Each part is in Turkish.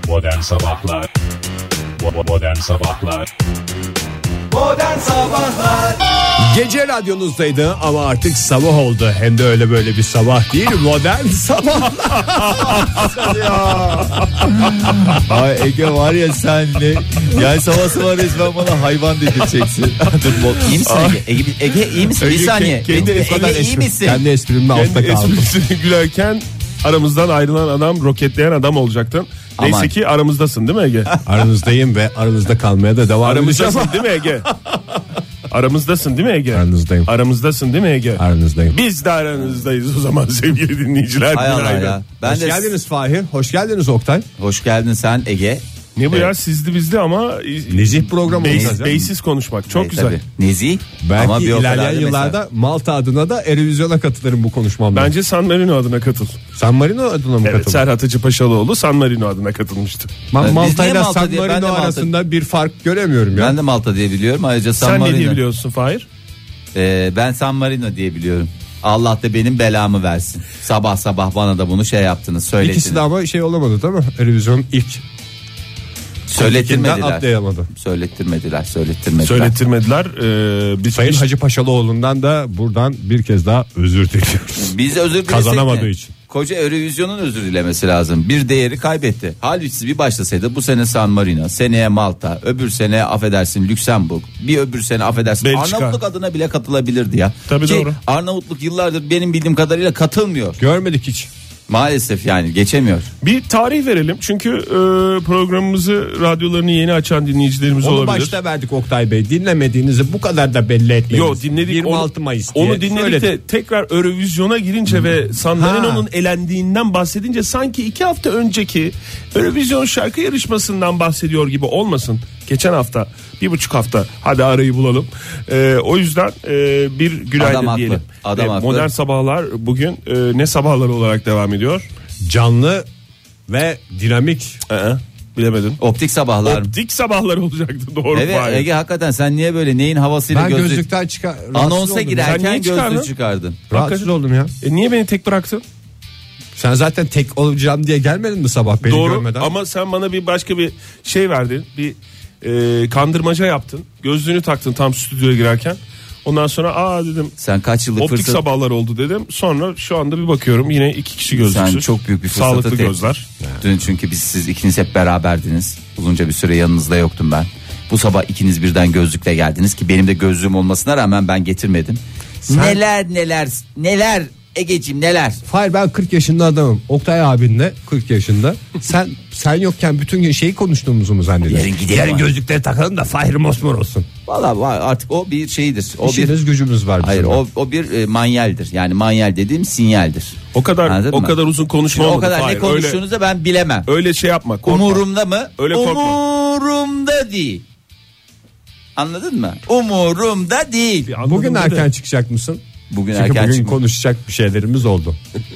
Modern Sabahlar. Modern Sabahlar. Modern Sabahlar. Gece radyonuzdaydı ama artık sabah oldu. Hem de öyle böyle bir sabah değil, modern sabah. Ay Ege var ya sen ne? Yani sabah sabah resmen bana hayvan dedirteceksin. İyi misin Ege? Ege iyi misin? Bir saniye. Ege iyi misin? Kendi esprimin altta kaldım. Esprisini gülerken aramızdan ayrılan adam, roketleyen adam olacaktın. Aman. Neyse ki aramızdasın değil mi Ege? Aranızdayım ve aranızda kalmaya da devam edeceğim. Aramızdasın değil mi Ege? Aramızdasın değil mi Ege? Aranızdayım. Aramızdasın değil mi Ege? Aranızdayım. Biz de aranızdayız o zaman sevgili dinleyiciler. Hay Allah Günaydın. ya. Ben Hoş de geldiniz Fahir. Hoş geldiniz Oktay. Hoş geldin sen Ege. Ne bu ya, sizdi bizdi ama Nezih program olacağız ya. beysiz konuşmak çok güzel. Tabii. Nezih. Belki Ama bir o kadar da ilerleyen mesela- yıllarda Malta adına da Eurovision'a katılırım bu konuşmamla. Bence San Marino adına katıl. San Marino adına mı Evet, katıldın? Serhat Hacıpaşalıoğlu San Marino adına katılmıştı. Ben Biz Malta niye ile Malta San diye- ben de Marino Malta- arasında bir fark göremiyorum ya. Ben de Malta diye biliyorum. Ayrıca San Sen Marino. ne diye biliyorsun Fahir? Ben San Marino diye biliyorum. Allah da benim belamı versin. Sabah sabah bana da bunu şey yaptınız, söylediniz. İkisi de ama şey olamadı değil mi? Eurovision ilk Söylettirmediler. atlayamadı. Söylettirmediler. Söylettirmediler. Biz Sayın Hacı Paşalıoğlu'ndan da buradan bir kez daha özür diliyoruz. Biz özür dilesek Kazanamadığı mi? için. Koca Eurovision'un özür dilemesi lazım. Bir değeri kaybetti. Halbuki siz bir başlasaydı bu sene San Marino, seneye Malta, öbür sene affedersin Lüksemburg, bir öbür sene affedersin Belçika. Arnavutluk adına bile katılabilirdi ya. Tabii Ki doğru. Arnavutluk yıllardır benim bildiğim kadarıyla katılmıyor. Görmedik hiç. Maalesef yani geçemiyor. bir tarih verelim çünkü programımızı radyolarını yeni açan dinleyicilerimiz Onu olabilir. başta verdik Oktay Bey. Dinlemediğinizi bu kadar da belli etmeyin. Yo, dinledik 26 Mayıs diye. Onu dinledik Söyledik. de tekrar Eurovision'a girince ve San Marino'nun elendiğinden bahsedince sanki 2 hafta önceki Eurovision şarkı yarışmasından bahsediyor gibi olmasın. Geçen hafta 1,5 hafta hadi arayı bulalım. O yüzden bir günaydın Adam haklı. diyelim. Adam haklı. Modern sabahlar bugün ne sabahları olarak devam ediyor? Canlı ve dinamik. Bilemedim. Optik sabahlar. Optik sabahlar olacaktı doğru. Evet Fahir. Ege hakikaten sen niye böyle neyin havasıyla Ben gözlük gözlükten çıkar. anonsa Sen niye girerken çıkardın? gözlük çıkardın. Rahatsız oldum ya. Niye beni tek bıraktın? Sen zaten tek olacağım diye gelmedin mi sabah beni Doğru görmeden? ama sen bana bir başka bir şey verdin. Bir kandırmaca yaptın. Gözlüğünü taktın tam stüdyoya girerken. Ondan sonra dedim Sen kaç yıllık optik fırsat sabahlar oldu dedim. Sonra şu anda bir bakıyorum yine 2 kişi gözlüksüz. Sen çok büyük bir fırsatı Sağlıklı tek- gözler. Dün çünkü siz ikiniz hep beraberdiniz. Uzunca bir süre yanınızda yoktum ben. Bu sabah ikiniz birden gözlükle geldiniz ki benim de gözlüğüm olmasına rağmen ben getirmedim. Neler Egeciğim neler. Hayır, ben 40 yaşında adamım. Oktay abin de 40 yaşında. Sen yokken bütün gün şeyi konuştuğumuzu mu zannediyorsun? Yarın gidelim Yarın abi. gözlükleri takalım da Fahir mosmor olsun. Vallahi artık o bir şeydir. O İşiniz gücümüz var. Hayır bizim. o bir manyeldir. Yani manyel dediğim sinyaldir. O kadar Anladın mı? kadar uzun konuşma Şimdi o olmadı. kadar Fahir. ne konuştuğunuzu da ben bilemem. Öyle şey yapma. Korkma. Umurumda mı? Öyle korkma. Umurumda değil. Anladın mı? Umurumda değil. Bugün erken çıkacak mısın? Bugün Çünkü erken bugün çıkma. konuşacak bir şeylerimiz oldu.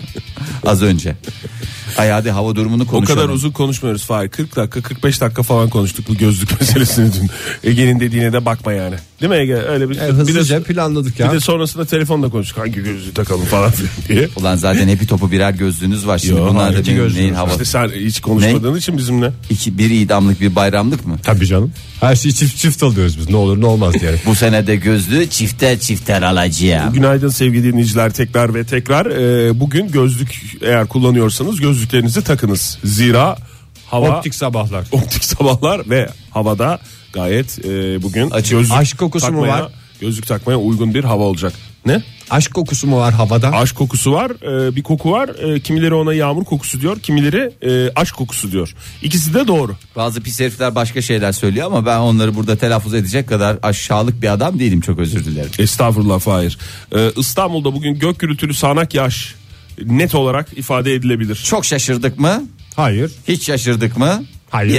Az önce. Ay hadi hava durumunu O konuşalım. kadar uzun konuşmuyoruz Fahir. 40 dakika 45 dakika falan konuştuk bu gözlük meselesini dün. Ege'nin dediğine de bakma yani. Değil mi Ege? Öyle bir, Hızlıca bir planladık de, ya. bir de sonrasında telefonla konuştuk. Hangi gözlüğü takalım falan diye. Ulan zaten hepi topu birer gözlüğünüz var. Şimdi Yo, bunlar da iki benim gözlüğümüz neyin var. havası. İşte sen hiç konuşmadığın için bizimle. Bir idamlık bir bayramlık mı? Tabii canım. Her şeyi çift alıyoruz biz. Ne olur ne olmaz diye. Bu sene de gözlüğü çifter alacağım. Günaydın sevgili dinleyiciler tekrar ve tekrar. Bugün gözlük eğer kullanıyorsanız gözlüklerinizi takınız. Zira hava Optik sabahlar. optik sabahlar ve havada gayet bugün Açık. gözlük Aşk kokusu mu takmaya- var? Gözlük takmaya uygun bir hava olacak. Ne? Aşk kokusu mu var havada? Aşk kokusu var, bir koku var. Kimileri ona yağmur kokusu diyor, kimileri aşk kokusu diyor. İkisi de doğru. Bazı pis herifler başka şeyler söylüyor ama ben onları burada telaffuz edecek kadar aşağılık bir adam değilim, çok özür dilerim. Estağfurullah Fahir. İstanbul'da bugün gök gürültülü sağanak yağış net olarak ifade edilebilir. Çok şaşırdık mı? Hayır. Hiç şaşırdık mı? Hayır.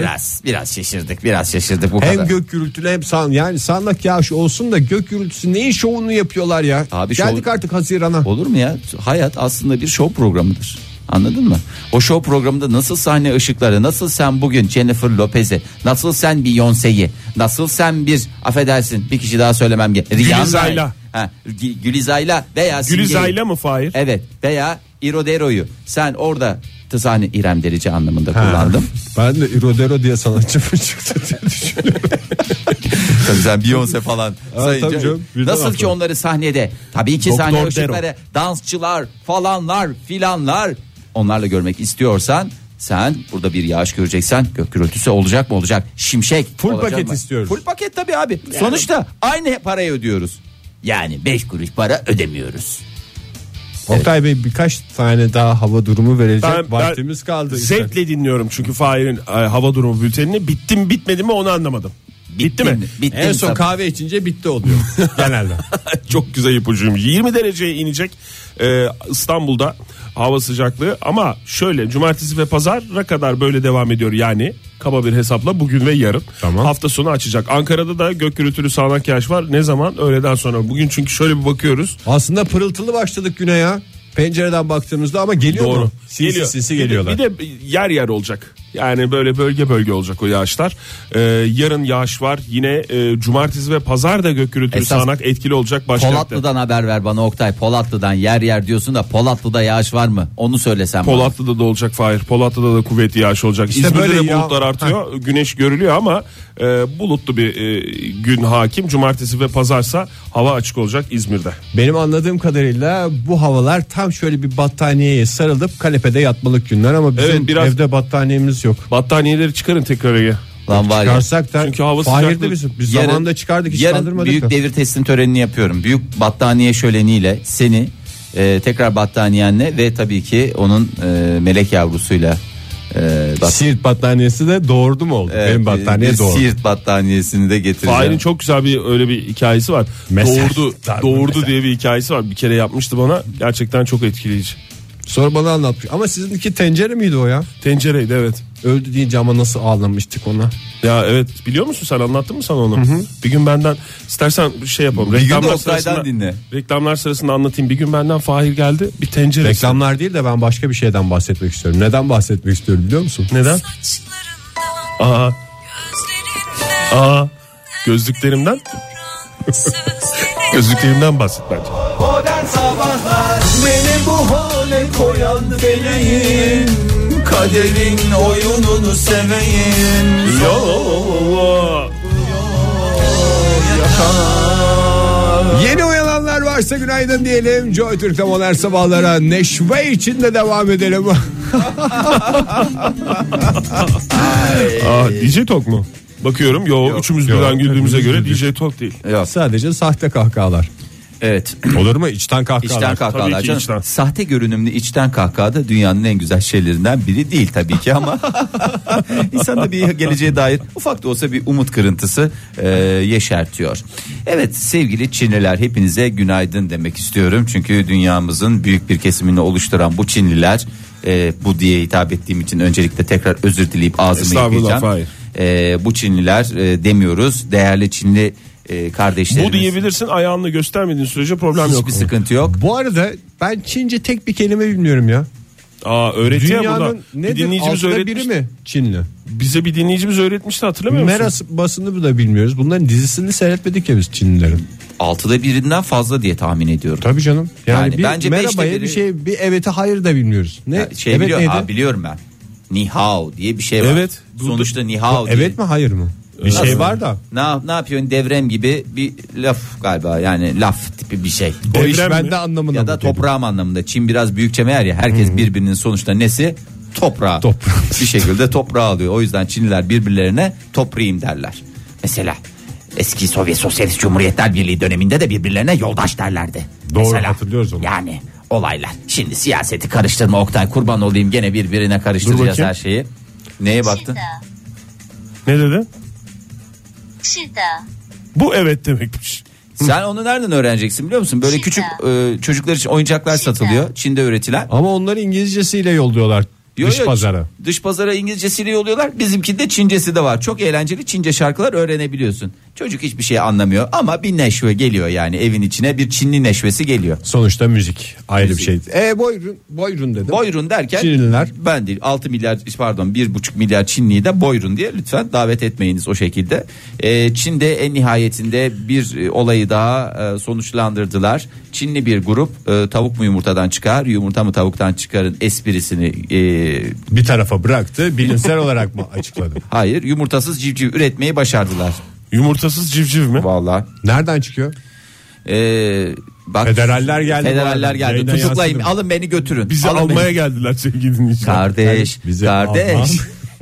Biraz şaşırdık bu kadar. Hem gök gürültülü hem yani sağanak yağış olsun da gök gürültüsü neyin şovunu yapıyorlar ya. Abi Geldik şov- artık Haziran'a. Olur mu ya? Hayat aslında bir show programıdır. Anladın mı? O show programında nasıl sahne ışıkları, nasıl sen bugün Jennifer Lopez'i, nasıl sen Beyoncé'yi, nasıl sen bir affedersin bir kişi daha söylemem gerek. Gülizayla. Gülizayla veya Gülizayla mı Fahir? Evet, veya Irodero'yu sen orada çıktı sahne. İrem Derici anlamında kullandım. Ben de İrodero diye sanatçı mı çıktı diye düşünüyorum. Tabii sen Beyoncé falan sayınca. tabii canım, Nasıl ki onları sahnede tabii ki Doktor sahne Dero. ışıkları, dansçılar falanlar filanlar, onlarla görmek istiyorsan sen burada bir yağış göreceksen gök gürültüsü olacak mı olacak? Şimşek Full olacak paket mı? istiyoruz. Full paket tabii abi. Sonuçta aynı parayı ödüyoruz. Yani 5 kuruş para ödemiyoruz. Oktay Bey birkaç tane daha hava durumu verecek vaktimiz kaldı. Zevkle dinliyorum çünkü Fahir'in hava durumu bültenini. Bitti mi bitmedi mi onu anlamadım. Bitti mi? Bitti En mi? son kahve içince bitti oluyor genelde. Çok güzel ipucuyum. 20 dereceye inecek İstanbul'da hava sıcaklığı ama şöyle cumartesi ve pazara kadar böyle devam ediyor yani kaba bir hesapla bugün ve yarın. Tamam. Hafta sonu açacak. Ankara'da da gök gürültülü sağanak yağış var. Ne zaman? Öğleden sonra. Bugün çünkü şöyle bir bakıyoruz. Aslında pırıltılı başladık güne ya. Pencereden baktığımızda ama geliyor Doğru. mu? Sinsi geliyorlar. Bir de yer yer olacak. Yani böyle bölge bölge olacak o yağışlar. Yarın yağış var. Yine cumartesi ve pazar da gök gürültülü Esas sağanak etkili olacak başkentte. Polatlı'dan haber ver bana Oktay. Polatlı'dan yer yer diyorsun da Polatlı'da yağış var mı? Onu söylesen bana. Polatlı'da da olacak Fahir. Polatlı'da da kuvvetli yağış olacak. İşte İzmir'de böyle de bulutlar artıyor. Güneş görülüyor ama bulutlu bir gün hakim. Cumartesi ve pazarsa hava açık olacak İzmir'de. Benim anladığım kadarıyla bu havalar tam şöyle bir battaniyeye sarılıp kanepede yatmalık günler ama bizim Evet, biraz- evde battaniyemiz yok. Battaniyeleri çıkarın tekrar Ege. Lan var ya. Çıkarsak da Çünkü hava Fahir'de sıcaklığı- biz Yarın- zamanında çıkardık hiç Yarın kaldırmadık büyük da. devir teslim törenini yapıyorum. Büyük battaniye şöleniyle seni tekrar battaniyenle ve tabii ki onun melek yavrusuyla Siirt battaniyesi de doğurdu mu oldu? Benim battaniye bir doğurdu. Siirt battaniyesini de getireceğim. Fahir'in çok güzel bir öyle bir hikayesi var. Mesaj. Doğurdu diye bir hikayesi var. Bir kere yapmıştı bana. Gerçekten çok etkileyici. Sonra bana anlatmış. Ama sizinki tencere miydi o ya? Tencereydi evet. Öldü deyince ama nasıl ağlamıştık ona. Ya evet biliyor musun sen anlattın mı sana onu? Bir gün benden istersen bir şey yapalım. Bir gün de Reklamlar Oktay'dan sırasında, dinle. reklamlar sırasında anlatayım. Bir gün benden Fahir geldi bir tenceresi. Reklamlar değil de ben başka bir şeyden bahsetmek istiyorum. Neden bahsetmek istiyorum biliyor musun? Neden? Aa. Aa. Gözlüklerimden. Gözlüklerimden bahset bence. Modern Sabahlar beni bu hale koyan feleğin kaderin oyununu seveyim. Yeni uyananlar varsa günaydın diyelim. Joy Türk'te modern sabahlara neşve içinde devam edelim. Aa, DJ Talk mu? Bakıyorum üçümüz birden güldüğümüze göre DJ Talk değil. Yok. Sadece sahte kahkahalar. Evet. Olur mu? İçten kahkahalar. İçten kahkahalar Tabii ki canım. içten. Sahte görünümlü içten kahkaha da dünyanın en güzel şeylerinden biri değil tabii ki ama insanda bir geleceğe dair ufak da olsa bir umut kırıntısı yeşertiyor. Evet sevgili Çinliler hepinize günaydın demek istiyorum. Çünkü dünyamızın büyük bir kesimini oluşturan bu Çinliler bu diye hitap ettiğim için öncelikle tekrar özür dileyip ağzımı Estağfurullah, yıkayacağım. Bu Çinliler demiyoruz. Değerli Çinli kardeşlerimiz. Bu diyebilirsin ayağını göstermediğin sürece problem yok. Hiçbir sıkıntı yok. Bu arada ben Çince tek bir kelime bilmiyorum ya. Aa öğretiyor burada. Dünyanın Bir nedir? dinleyicimiz Altıda öğretmiş. biri mi Çinli? Bize bir dinleyicimiz öğretmişti hatırlamıyor musun? Meras basını da bilmiyoruz. Bunların dizisini seyretmedik ya biz Çinlilerin. 6'da birinden fazla diye tahmin ediyorum. Tabii canım. Yani, Yani bir bence beşte merhabaya biri- bir şey bir evete hayır da bilmiyoruz. Ne? Ya evet biliyor, neydi? biliyorum ben. Ni hao diye bir şey var. Evet. Sonuçta ni hao diye. Evet mi hayır mı? Bir Nasıl? şey var da. Ne yapıyorsun devrem gibi bir laf galiba yani laf tipi bir şey. O iş Devrem mi? bende anlamına Ya da mı geliyor? toprağım anlamında. Çin biraz büyükçe meğer ya herkes birbirinin sonuçta nesi? Toprağı. Toprağı. Bir şekilde toprağı alıyor. O yüzden Çinliler birbirlerine toprağım derler. Mesela eski Sovyet Sosyalist Cumhuriyetler Birliği döneminde de birbirlerine yoldaş derlerdi. Doğru, Mesela, hatırlıyoruz onu. Yani olaylar. Şimdi siyaseti karıştırma Oktay, kurban olayım, gene birbirine karıştıracağız bakayım. her şeyi. Neye baktın? Ne dedi? 是的， Bu evet demekmiş. Sen onu nereden öğreneceksin biliyor musun? Böyle küçük çocuklar için oyuncaklar satılıyor. Çin'de üretilen. Ama onları İngilizcesiyle yolluyorlar dış pazara. Dış pazara İngilizcesiyle yolluyorlar. Bizimkinde Çincesi de var. Çok eğlenceli Çince şarkılar öğrenebiliyorsun. Çocuk hiçbir şey anlamıyor ama bir neşve geliyor yani evin içine, bir Çinli neşvesi geliyor. Sonuçta müzik ayrı Müzik. bir şey. Boyrun dedim. Boyrun derken Çinliler. ben değil 6 milyar pardon 1,5 milyar Çinliyi de boyrun diye lütfen davet etmeyiniz o şekilde. Çin'de en nihayetinde bir olayı daha sonuçlandırdılar. Çinli bir grup tavuk mu yumurtadan çıkar, yumurta mı tavuktan çıkarın esprisini Bir tarafa bıraktı, bilimsel olarak mı açıkladı? hayır, yumurtasız civciv üretmeyi başardılar. Yumurtasız civciv mi? Vallahi. Nereden çıkıyor? Bak, Federaller geldi. Federaller geldi. Yayından Tutuklayın, yansıdı. alın beni götürün. Bizi Alın almaya beni. geldiler sevgili dinleyiciler. Kardeş, Bizi kardeş. almam.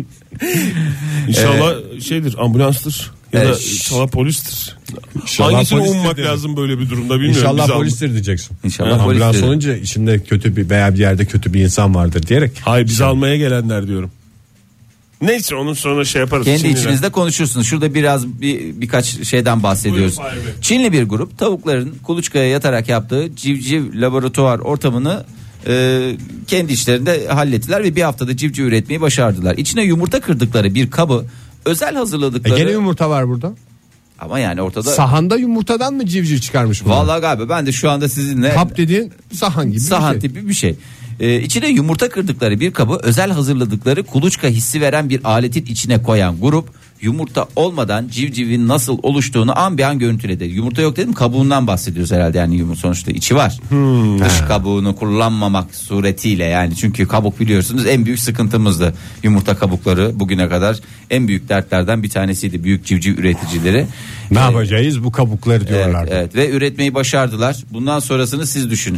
İnşallah şeydir, ambulanstır ya da Evet. inşallah polistir. İnşallah Hangisini polistir ummak dedim. lazım böyle bir durumda bilmiyorum. İnşallah Bizi polistir diyeceksin. İnşallah Ambulans polistir. olunca içinde kötü bir veya bir yerde kötü bir insan vardır diyerek. Hayır, bizi almaya gelenler diyorum. Neyse, onun sonra şey yaparız. Kendi Çinliler. içinizde konuşursunuz. Şurada birkaç şeyden bahsediyoruz. Buyurun Fahir Bey. Çinli bir grup tavukların kuluçkaya yatarak yaptığı civciv laboratuvar ortamını kendi işlerinde hallettiler ve bir haftada civciv üretmeyi başardılar. İçine yumurta kırdıkları bir kabı özel hazırladıkları. Gene yumurta var burada. Ama yani ortada. Sahanda yumurtadan mı civciv çıkarmış bunu? Vallahi galiba ben de şu anda sizinle. Kap dediğin sahan gibi Sahan bir şey. tipi bir şey. İçine yumurta kırdıkları bir kabı özel hazırladıkları kuluçka hissi veren bir aletin içine koyan grup yumurta olmadan civcivin nasıl oluştuğunu an bir an görüntüledi. Yumurta yok dedim, kabuğundan bahsediyoruz herhalde, yani yumurta sonuçta içi var. Dış kabuğunu kullanmamak suretiyle, yani çünkü kabuk biliyorsunuz en büyük sıkıntımızdı. Yumurta kabukları bugüne kadar en büyük dertlerden bir tanesiydi büyük civciv üreticileri. Ne yapacağız bu kabukları diyorlardı. Evet, ve üretmeyi başardılar. Bundan sonrasını siz düşünün.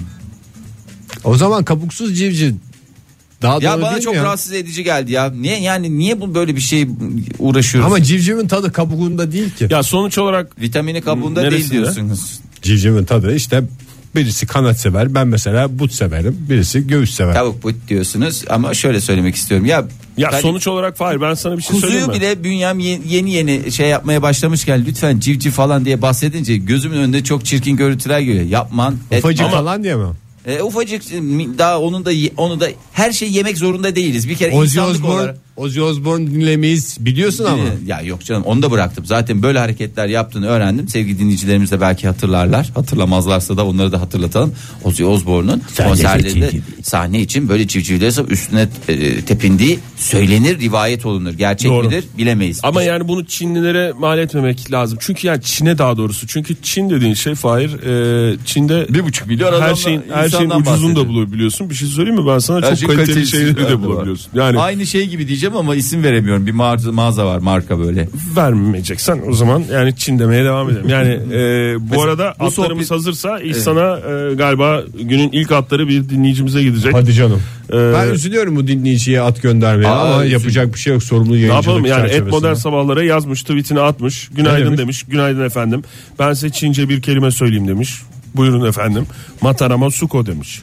O zaman kabuksuz civciv daha Ya doğru bana değil çok mi ya? rahatsız edici geldi ya. Niye bu böyle bir şey uğraşıyoruz? Ama civcivin tadı kabuğunda değil ki. Ya sonuç olarak Vitamini kabuğunda değil Neresinde? diyorsunuz. Civcivin tadı işte birisi kanat sever, ben mesela but severim, birisi göğüs sever. Tavuk but diyorsunuz ama şöyle söylemek istiyorum. Ya ben sonuç olarak Fahir, ben sana bir şey söyleyeyim kuzuyu mi? bile bünyem yeni şey yapmaya başlamışken lütfen civciv falan diye bahsedince gözümün önünde çok çirkin görüntüler geliyor. Yapman. Ufacık etme. falan diye mi? Ufacık daha onu da her şey yemek zorunda değiliz. Bir kere insanlık olarak. Ozzy Osbourne dinlemeyiz biliyorsun ama. Ya yok canım, onu da bıraktım. Zaten böyle hareketler yaptığını öğrendim. Sevgili dinleyicilerimiz de belki hatırlarlar. Hatırlamazlarsa da onları da hatırlatalım. Ozzy Osbourne'un konserlerinde sahne için böyle civcivleri üstüne tepindiği söylenir, rivayet olunur. Gerçek Doğru. midir bilemeyiz. Ama yani bunu Çinlilere mal etmemek lazım. Çünkü yani Çin'e, daha doğrusu. Çünkü Çin dediğin şey Fahir, Çin'de 1,5 milyar her şeyin ucuzunu da bulabiliyorsun. Bir şey söyleyeyim mi ben sana? Her Çok şeyin kaliteli kalitesi şeyleri de de var. bulabiliyorsun. Yani Aynı şey gibi diyeceğim ama isim veremiyorum. Bir mağaza var, marka böyle. vermeyeceksen o zaman yani Çin demeye devam edelim. Yani bu arada bu atlarımız sohbet- hazırsa ilk sana galiba günün ilk atları bir dinleyicimize gidecek. Hadi canım. Ben üzülüyorum bu dinleyiciye at göndermeye ama yapacak bir şey yok, sorumlu Ne yayıncılık yapalım yani, çerçevesinde. Modern Sabahlara yazmış, tweetini atmış. Günaydın demiş? demiş. Günaydın efendim. Ben size Çince bir kelime söyleyeyim demiş. Buyurun efendim. Matarama suko demiş.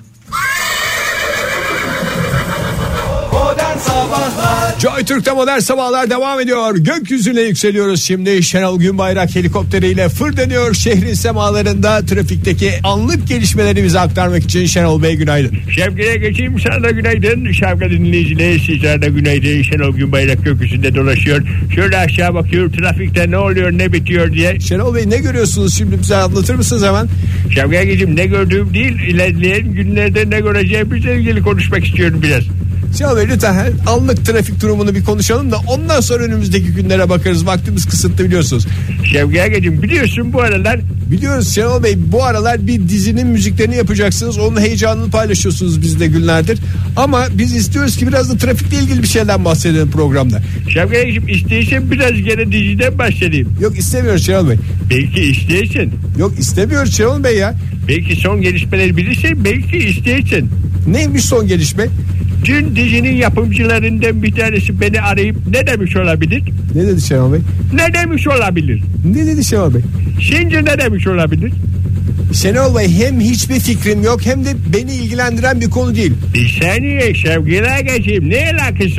Modern Sabahlar. Joy Türk'te modern sabahlar devam ediyor. Gökyüzüne yükseliyoruz şimdi. Şenol Günbayrak helikopteriyle fırlanıyor şehrin semalarında. Trafikteki anlık gelişmeleri bize aktarmak için Şenol Bey günaydın. Şevki'ye geçeyim, sana da günaydın. Şevki dinleyicileri, sizlere de günaydın. Şenol Günbayrak gökyüzünde dolaşıyor. Şöyle aşağı bakıyor, trafikte ne oluyor ne bitiyor diye. Şenol Bey ne görüyorsunuz şimdi, bize anlatır mısınız hemen? Şevki'ye geçeyim, ne gördüğüm değil, ilerleyen günlerde ne göreceğimizle ilgili konuşmak istiyorum biraz. Şenol Bey lütfen anlık trafik durumunu bir konuşalım da ondan sonra önümüzdeki günlere bakarız. Vaktimiz kısıtlı biliyorsunuz. Şevki'ye geçeyim, biliyorsun bu aralar Biliyoruz Şenol Bey, bu aralar bir dizinin müziklerini yapacaksınız. Onun heyecanını paylaşıyorsunuz bizle günlerdir. Ama biz istiyoruz ki biraz da trafikle ilgili bir şeyden bahsedelim programda. Şevki'ye geçeyim, istiyorsan biraz gene diziden bahsedeyim. Yok istemiyoruz Şenol Bey. Belki istiyorsan, Yok istemiyoruz Şenol Bey ya. belki son gelişmeleri bilirsen, belki istiyorsan. Neymiş son gelişme? Dün dizinin yapımcılarından bir tanesi beni arayıp ne demiş olabilir? Ne dedi Şenol Bey? Ne demiş olabilir? Ne dedi Şenol Bey? Sence ne demiş olabilir? Şenol Bey, hem hiçbir fikrim yok hem de beni ilgilendiren bir konu değil. Bir saniye, Şevki'ye geçeyim. Ne alakası var?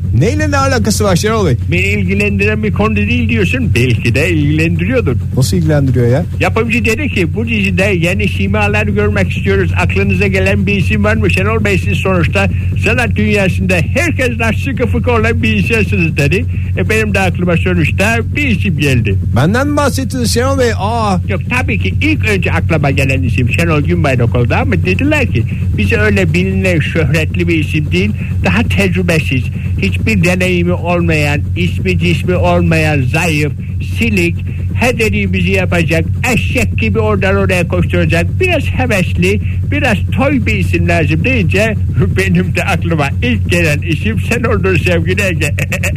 Neyle ne alakası var Şenol Bey? Beni ilgilendiren bir konu değil diyorsun. Belki de ilgilendiriyordur. Nasıl ilgilendiriyor ya? Yapımcı dedi ki bu dizide yeni simalar görmek istiyoruz. Aklınıza gelen bir isim var mı? Şenol Bey, siz sonuçta sanat dünyasında herkesten sıkı fıkı olan bir insansınız dedi. Benim de aklıma sonuçta bir isim geldi. Benden mi bahsettiniz Şenol Bey? Yok, tabii ki ilk önce aklıma gelen isim Şenol Günbayrak oldu ama dediler ki bize öyle bilinen şöhretli bir isim değil, daha tecrübesiz, hiçbir deneyimi olmayan, ismi cismi olmayan, zayıf, silik, her dediğimizi yapacak, eşek gibi oradan oraya koşturacak, biraz hevesli, biraz toy bir isim lazım deyince benim de aklıma ilk gelen isim sen oldun sevgili Ege.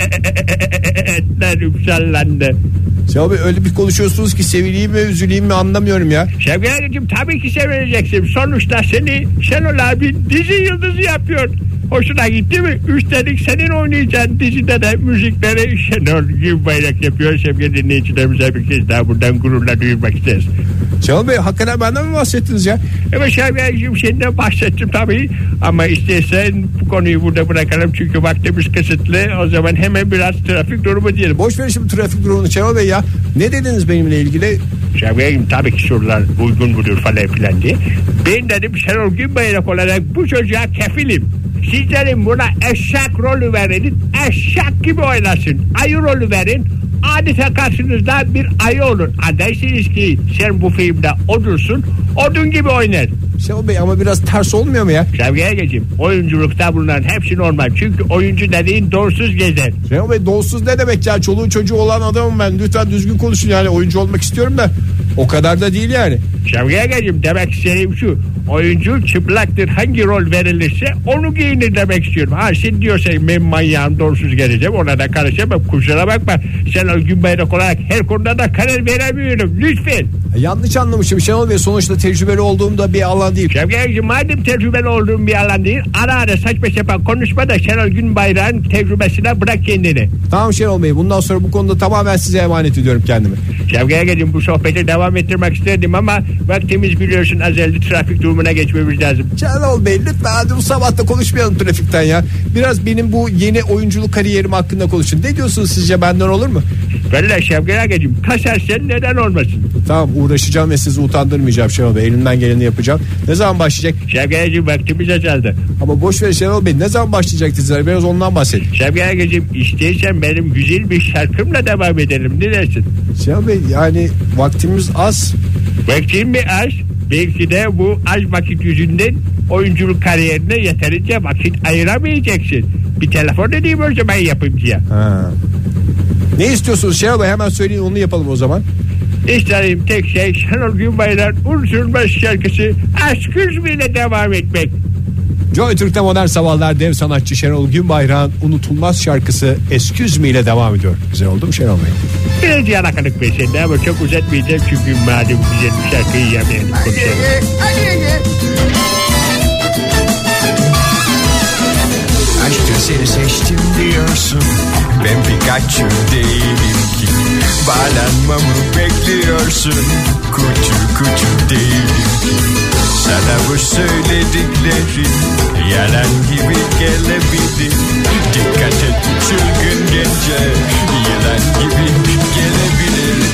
Etlerim sallandı. Şenol Bey öyle bir konuşuyorsunuz ki sevileyim mi üzüleyim mi anlamıyorum ya. Sevgili Ege'cim, tabii ki sevileceksin. Sonuçta seni Şenol abi dizi yıldızı yapıyor. Hoşuna gitti mi? Üstelik senin oynayacağın dizide de müzikleri Şenol Günbayrak yapıyor. Sevgili dinleyicilerimize bir kez daha buradan gururla duyurmak isteriz. Şenol Bey hakikaten benden mi bahsettiniz ya? Evet Şenol, senden bahsettim tabii. Ama istersen bu konuyu burada bırakalım. Çünkü vaktimiz kısıtlı. O zaman hemen biraz trafik durumu diyelim. Boş verin şimdi trafik durumunu Şenol Bey ya. Ne dediniz benimle ilgili? Şenol, tabii ki sorular uygun budur falan filan diye. Ben dedim Şenol Günbayrak olarak bu çocuğa kefilim. Sizlerin buna eşek rolü verin, eşek gibi oynasın. Ayı rolü verin, adeta karşınızda bir ayı olur. Dersiniz ki sen bu filmde odursun, odun gibi oynar. Şenol Bey ama biraz ters olmuyor mu ya? Sevgiye geçeyim. Oyunculukta bunların hepsi normal. Çünkü oyuncu dediğin donsuz gezer. Şenol Bey donsuz ne demek ya? Çoluğu çocuğu olan adamım ben. Lütfen düzgün konuşun yani. Oyuncu olmak istiyorum da o kadar da değil yani. Sevgiye geçeyim. Demek istediğim şu. Oyuncu çıplaktır. Hangi rol verilirse onu giyinir demek istiyorum. Şimdi diyorsan ben manyağım donsuz geleceğim. Ona da karışamam. Kusura bakma. Şenol Günbayrak olarak her konuda da karar veremiyorum. Lütfen. Yanlış anlamışım Şenol Bey. Sonuçta tecrübeli olduğum da bir alan değil. Sevgilim, madem tecrübeli olduğum bir alan değil, ara ara saçma sapan konuşma da Şenol Günbayrak'ın tecrübesine bırak kendini. Tamam Şenol Bey, bundan sonra bu konuda tamamen size emanet ediyorum kendimi. Sevgilim, bu sohbeti devam ettirmek isterdim ama vaktimiz biliyorsun azaldı, trafik durumuna geçmemiz lazım. Şenol Bey lütfen hadi bu sabah da konuşmayalım trafikten ya. Biraz benim bu yeni oyunculuk kariyerim hakkında konuşun. Ne diyorsunuz, sizce benden olur mu? Vallahi Sevgilim, kasarsan neden olmasın? Tamam, uğraşacağım ve sizi utandırmayacağım Şenol Bey. Elimden geleni yapacağım. Ne zaman başlayacak? Sevgilim, vaktimiz azaldı. Ama boş ver Şenol Bey, ne zaman başlayacak diziler? Biraz ondan bahsedin. Sevgilim, istersen benim güzel bir şarkımla devam edelim. Ne dersin? Şenol Bey yani vaktimiz az. Vaktin mi az? Belki de bu az vakit yüzünden oyunculuk kariyerine yeterince vakit ayıramayacaksın. Bir telefon edeyim o zaman yapımcıya. Ne istiyorsunuz Şenol Bey, hemen söyleyin onu yapalım o zaman. İstediğim tek şey Şenol Günbayrak'ın unutulmaz şarkısı Aşk ile devam etmek. Joy Türk'te modern sabahlar, dev sanatçı Şenol Günbayrak'ın unutulmaz şarkısı Excuse Me ile devam ediyor. Güzel oldu mu Şenol Bey? Biraz yalakalık beslendi ama çok uzatmayacağım çünkü madem güzel bir şarkıyı yapmayalım, konuşalım. Aşkta seni seçtim diyorsun, ben Pikachu değilim ki. Bağlanmamı bekliyorsun, kutu değilim ki. Sana bu söylediklerim yalan gibi gelebilir. Dikkat et bu çılgın gence, yılan gibi gelebilir.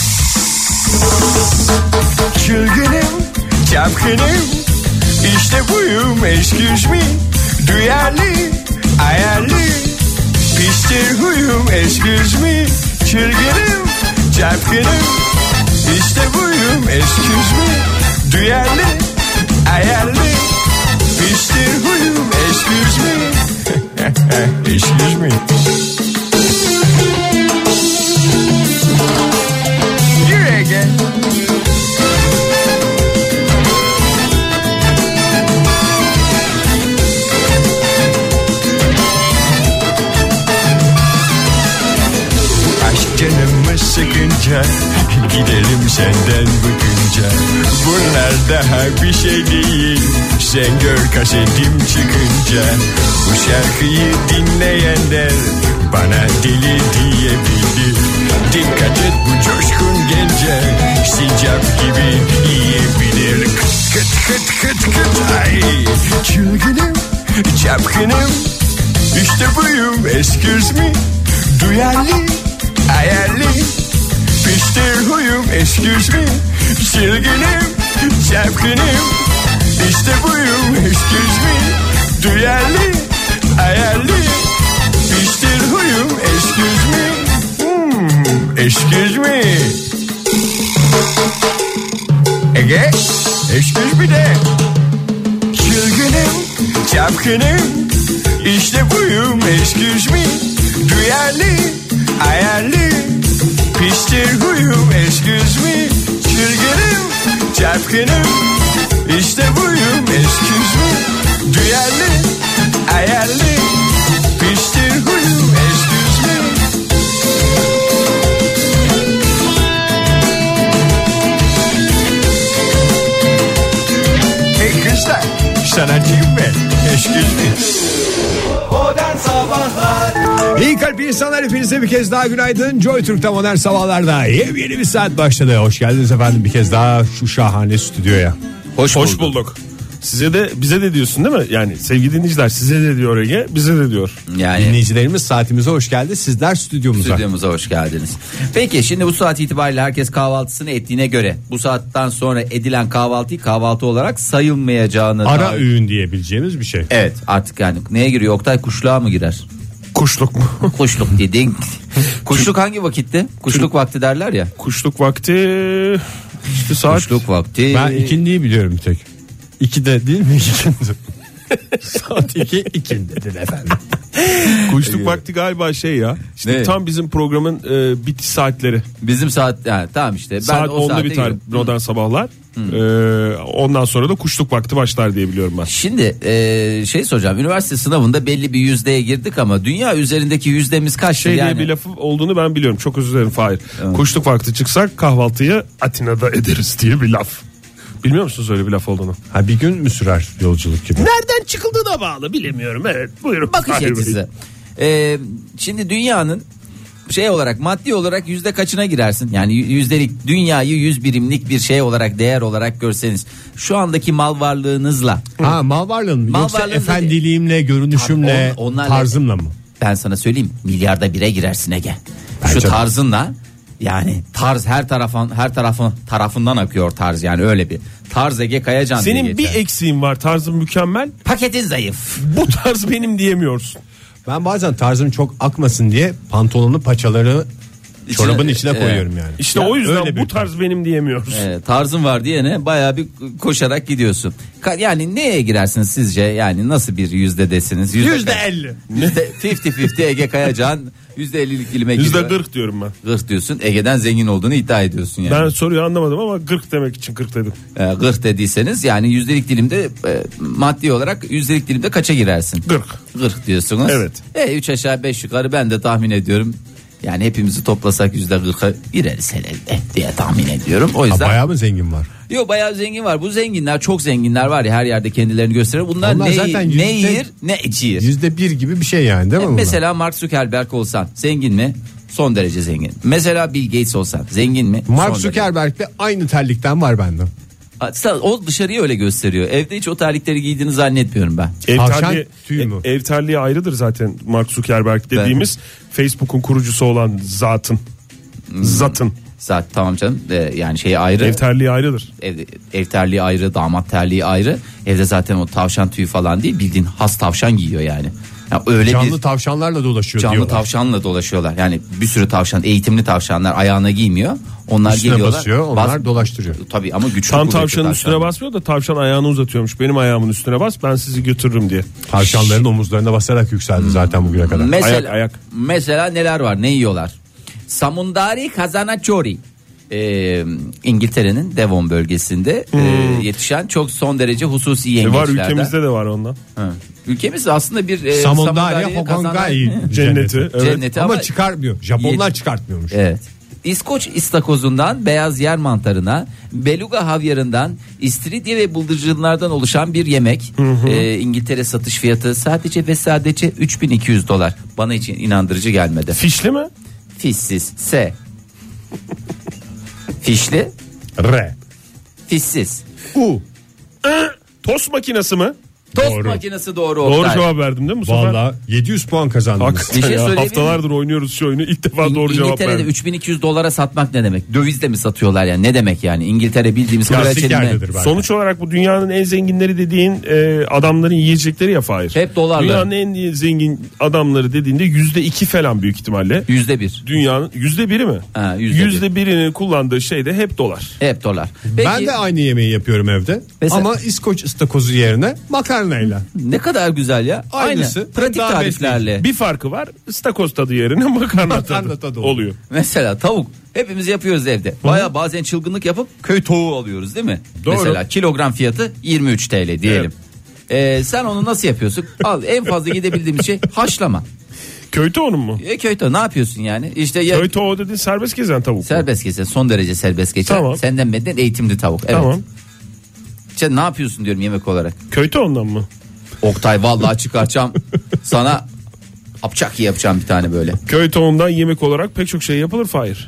Çılgınım, çapkınım, işte buyum, excuse me. Duyarlı, ayarlı, piştir huyum, excuse me. Çılgınım, çapkınım, işte buyum, excuse me. Duyarlı, ayarlı, piştir huyum, excuse me. Excuse me. Yürü Ege. Canımı sıkınca gidelim senden bıkınca. Bunlar daha bir şey değil, sen gör kasetim çıkınca. Bu şarkıyı dinleyenler bana deli diyebilir. Dikkat et bu coşkun gence, sincap gibi yiyebilir. Kıt kıt kıt kıt kıt ay. Çılgınım, çapkınım, İşte buyum, excuse me. Duyarlı, ayarlı. Piştir huyum, excuse me. Çılgınım, çapkınım. İşte buyum, excuse me. Duyarlı, ayarlı. Piştir huyum, excuse me. Excuse me. Ege, excuse me de. Çılgınım, çapkınım. İşte buyum, excuse me. Duyarlı, ayarlı. Piştir huyum, excuse me. Çılgınım, çapkınım. İşte buyum, excuse me. Duyarlı, ayarlı. Piştir huyum, excuse me. Hey kızlar, sanatçıyım ben. Excuse me. Modern Sabahlar. İyi kalp insanlar, hepinize bir kez daha günaydın. Joy Türk'te Modern Sabahlar'da yeni bir saat başladı. Hoş geldiniz efendim bir kez daha şu şahane stüdyoya. Hoş bulduk. Size de bize de diyorsun değil mi? Yani sevgili dinleyiciler, size de diyor Ege, bize de diyor. Yani Dinleyicilerimiz saatimize hoş geldi. Sizler stüdyomuza hoş geldiniz. Peki şimdi bu saat itibariyle herkes kahvaltısını ettiğine göre bu saatten sonra edilen kahvaltıyı kahvaltı olarak sayılmayacağını Ara daha... öğün diyebileceğimiz bir şey. Evet, artık yani neye giriyor? Oktay, kuşluğa mı girer? Kuşluk mu? Kuşluk dedin. Kuşluk hangi vakitte? Kuşluk vakti derler ya. Kuşluk vakti işte saat. Kuşluk vakti. Ben ikindiyi biliyorum bir tek. 2'de değil mi? İkindi. Saat 2 ikindidir efendim. Kuşluk vakti galiba şey ya. İşte Ne? tam bizim programın bitiş saatleri. Bizim saat yani tamam işte. Ben Saat o 10'da saate biter giriyorum. Modern Sabahlar. Ondan sonra da kuşluk vakti başlar diye biliyorum ben. Şimdi şey soracağım. Üniversite sınavında belli bir yüzdeye girdik ama dünya üzerindeki yüzdemiz kaç? Şey yani... diye bir lafı olduğunu ben biliyorum. Çok özür dilerim Fahir. Evet. Kuşluk vakti çıksak kahvaltıyı Atina'da ederiz diye bir laf. Bilmiyor musunuz öyle bir laf olduğunu? Ha, bir gün mü sürer yolculuk gibi? Nereden çıkıldığına bağlı bilemiyorum. Evet, buyurun. Bakış Fahir Bey. açısı. Şimdi dünyanın şey olarak, maddi olarak yüzde kaçına girersin? Yani yüzdelik, dünyayı 100 birimlik bir şey olarak, değer olarak görseniz şu andaki mal varlığınızla. Ha, mal varlığın mı? Mal Yoksa varlığın efendiliğimle, görünüşümle, Tabii onlarla- tarzımla mı? Ben sana söyleyeyim, milyarda 1'e girersin Ege. Şu Bence de. tarzınla, yani tarz her tarafından akıyor tarz, yani öyle bir tarz Ege Kayacan diye Senin bir geçer. eksiğin var, tarzın mükemmel. Paketin zayıf. Bu tarz benim diyemiyorsun. Ben bazen tarzım çok akmasın diye pantolonun paçalarını çorabın içine koyuyorum yani. İşte Ya o yüzden öyle bu bir tarz benim diyemiyoruz. Tarzın var diyene bayağı bir koşarak gidiyorsun. Yani neye girersiniz sizce? Yani nasıl bir yüzdedesiniz? %50. %50 Ege Kayacan %50'lik dilime giriyor. %40 diyorum ben. 40 diyorsun. Ege'den zengin olduğunu iddia ediyorsun yani. Ben soruyu anlamadım ama 40 demek için 40 dedim. 40 dediyseniz yani yüzdelik dilimde maddi olarak yüzdelik dilimde kaça girersin? 40. 40 diyorsunuz. Evet. 3 aşağı 5 yukarı ben de tahmin ediyorum. Yani hepimizi toplasak %40'a gireriz herhalde diye tahmin ediyorum. O Ha, yüzden bayağı mı zengin var? Yok, bayağı zengin var. Bu zenginler, çok zenginler var ya, her yerde kendilerini gösterir. Bunlar Onlar ne zaten ne yer ne içir. %1 gibi bir şey yani, değil mi bunlar? Mesela Mark Zuckerberg olsan zengin mi? Son derece zengin. Mesela Bill Gates olsan zengin mi? Mark Son derece. Zuckerberg'de aynı terlikten var bende. O dışarıya öyle gösteriyor. Evde hiç o terlikleri giydiğini zannetmiyorum ben. Tavşan tüyü mü? Ev terliği ayrıdır zaten Mark Zuckerberg dediğimiz Facebook'un kurucusu olan zatın. Zatın. Zaten tamam canım. Yani şey ayrı. Ev terliği ayrıdır. Ev terliği ayrı, damat terliği ayrı. Evde zaten o tavşan tüyü falan değil, bildiğin has tavşan giyiyor yani. Ya öyle Canlı bir tavşanlarla dolaşıyor canlı diyorlar. tavşanla dolaşıyorlar. Yani bir sürü tavşan, eğitimli tavşanlar ayağına giymiyor. Onlar Üstüne geliyorlar. basıyor, onlar dolaştırıyor. Tabii ama güçlü. Tam kuvvetli tavşanın üstüne basmıyor da tavşan ayağını uzatıyormuş. Benim ayağımın üstüne bas, ben sizi götürürüm diye. Tavşanların omuzlarına basarak yükseldi zaten bugüne kadar. Mesela, Ayak. mesela neler var, ne yiyorlar? Samundari Kazanachori. İngiltere'nin Devon bölgesinde yetişen çok son derece hususi yengeçlerden. Var, ülkemizde de var ondan. Ülkemiz aslında bir Samundari Hokongai Cenneti. Evet. cenneti Ama çıkarmıyor. Japonlar çıkartmıyormuş. Evet. İskoç istakozundan beyaz yer mantarına, beluga havyarından, istiridye ve bıldırcınlardan oluşan bir yemek. İngiltere satış fiyatı sadece ve sadece $3.200. Bana hiç inandırıcı gelmedi. Fişli mi? Fişsiz. S. Fişli. R. Fişsiz. U. Tost makinesi mi? Tost Doğru. makinesi doğru. Doğru Oktay. cevap verdim değil mi bu sefer? Valla 700 puan kazandınız. Hakikaten Bir şey ya, söyleyebilir haftalardır oynuyoruz şu oyunu. İlk defa doğru cevap İngiltere'de verdim. 3200 dolara satmak ne demek? Dövizle mi satıyorlar yani? Ne demek yani? İngiltere bildiğimiz Klasik kraliçenin yerdedir belki. Sonuç olarak bu dünyanın en zenginleri dediğin adamların yiyecekleri ya Fahir. Hep dolarla. Dünyanın en zengin adamları dediğinde %2 falan büyük ihtimalle. %1. Dünyanın %1'i mi? Ha, %1. %1'ini kullandığı şey de hep dolar. Hep dolar. Peki Ben de aynı yemeği yapıyorum evde. Mesela- Ama İskoç ıstakozu yerine makarnayla. ne kadar güzel ya. Aynısı. Aynı. Pratik Daha tariflerle. Bir farkı var. İstakoz tadı yerine makarna tadı tadı oluyor. Mesela tavuk hepimiz yapıyoruz evde. Baya bazen çılgınlık yapıp köy tavuğu alıyoruz değil mi? Doğru. Mesela kilogram fiyatı 23 TL diyelim. Sen onu nasıl yapıyorsun? Al en fazla gidebildiğimiz şey haşlama. Köy tavuğunun mu? Köy tavuğu ne yapıyorsun yani? İşte ya, Köy tavuğu dediğin serbest gezen tavuk mu? serbest geçen son derece serbest geçen. Tamam. Senden benden eğitimli tavuk. Evet. Tamam. Sen ne yapıyorsun diyorum yemek olarak. Köy tavuğundan mı? Oktay vallahi çıkaracağım sana apçak yapacağım bir tane böyle. Köy tavuğundan yemek olarak pek çok şey yapılır Fahir.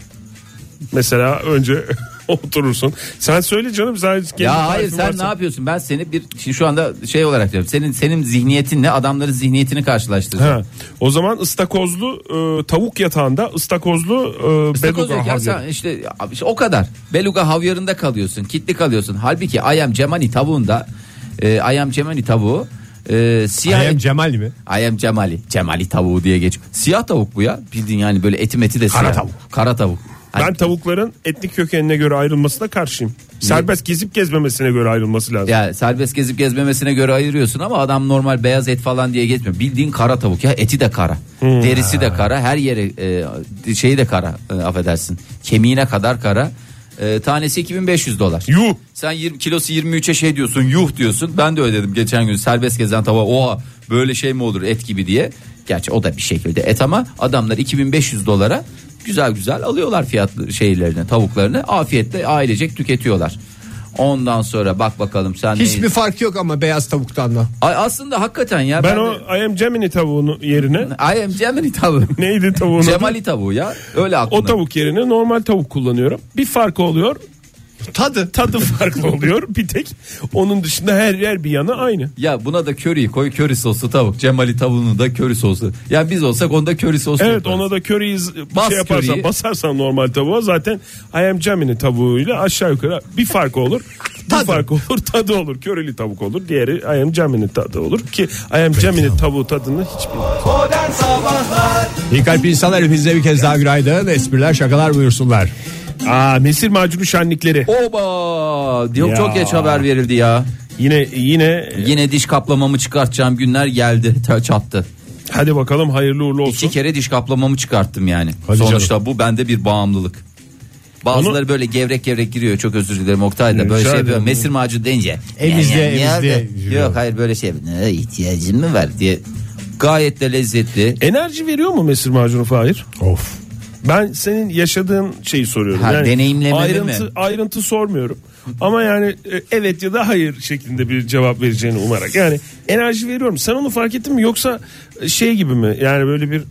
Mesela önce oturursun. Sen söyle canım. Sen Ya hayır sen ne yapıyorsun? Ben seni şimdi şu anda şey olarak diyorum. Senin zihniyetinle adamların zihniyetini karşılaştıracağım. Ha. O zaman ıstakozlu tavuk yatağında ıstakozlu İstakoz beluga yok ya, havyarı. sen işte o kadar. Beluga havyarında kalıyorsun, kitli kalıyorsun. Halbuki Ayam Cemali tavuğunda Ayam Cemali tavuğu siyah Ayem Cemal mi? Ayam Cemali tavuğu diye geçiyor. Siyah tavuk bu ya. Bildiğin yani böyle eti meti de Kara siyah. tavuk. Kara tavuk. Ben tavukların etnik kökenine göre ayrılmasına karşıyım. Serbest gezip gezmemesine göre ayrılması lazım. Ya serbest gezip gezmemesine göre ayırıyorsun ama adam normal beyaz et falan diye geçmiyor. Bildiğin kara tavuk ya, eti de kara. Derisi de kara, her yeri şeyi de kara, affedersin. Kemiğine kadar kara. Tanesi 2500 dolar. Yuh. Sen kilosu 23'e şey diyorsun, yuh diyorsun. Ben de öyle dedim geçen gün serbest gezen tavuğa. Oha böyle şey mi olur et gibi diye. Gerçi o da bir şekilde et ama adamlar 2500 dolara güzel güzel alıyorlar fiyatlı şeylerini, tavuklarını, afiyetle ailecek tüketiyorlar. Ondan sonra bak bakalım sen Hiçbir fark yok ama beyaz tavuktan da. aslında hakikaten ya. Ben o Ayam Cemini tavuğunu yerine I am Cemali tavuğu. neydi tavuğun adı? Cemali tavuğu ya. Öyle aklımda. O tavuk yerine normal tavuk kullanıyorum. Bir farkı oluyor. Tadı farklı oluyor bir tek. Onun dışında her bir yanı aynı. Ya buna da köri koy, köri soslu tavuk. Cemali tavuğunu da köri soslu. Ya biz olsak onda köri soslu Evet, yaparız. ona da köriyi Bas şey yaparsan, köriyi. basarsan normal tavuğa zaten Ayam Cemini tavuğuyla aşağı yukarı bir farkı olur. Bir farkı olur, tadı olur. Körili tavuk olur. Diğeri Ayam Cemini tadı olur ki Ayam Cemini tavuğu tadını hiç bilmem. İyi kalp insanlar hepinize bir kez daha günaydın. Espriler şakalar buyursunlar. Mesir macunu şenlikleri. Oba! Yok Ya. çok geç haber verildi ya. Yine Yine diş kaplamamı çıkartacağım günler geldi. Çattı. hadi bakalım hayırlı uğurlu olsun. 2 kere diş kaplamamı çıkarttım yani. Hadi Sonuçta bu bende bir bağımlılık. Bazıları böyle gevrek giriyor. Çok özür dilerim Oktay da böyle Rica şey yapıyor. ederim. Mesir macunu deyince. Emizde Yok hayır böyle şey. Ne ihtiyacın mı var diye. Gayet de lezzetli. Enerji veriyor mu mesir macunu Fahir? Of. Ben senin yaşadığın şeyi soruyorum. Ha, deneyimlemeli mi? Ayrıntı sormuyorum. Ama yani evet ya da hayır şeklinde bir cevap vereceğini umarak. Yani enerji veriyorum. Sen onu fark ettin mi yoksa şey gibi mi? Yani böyle bir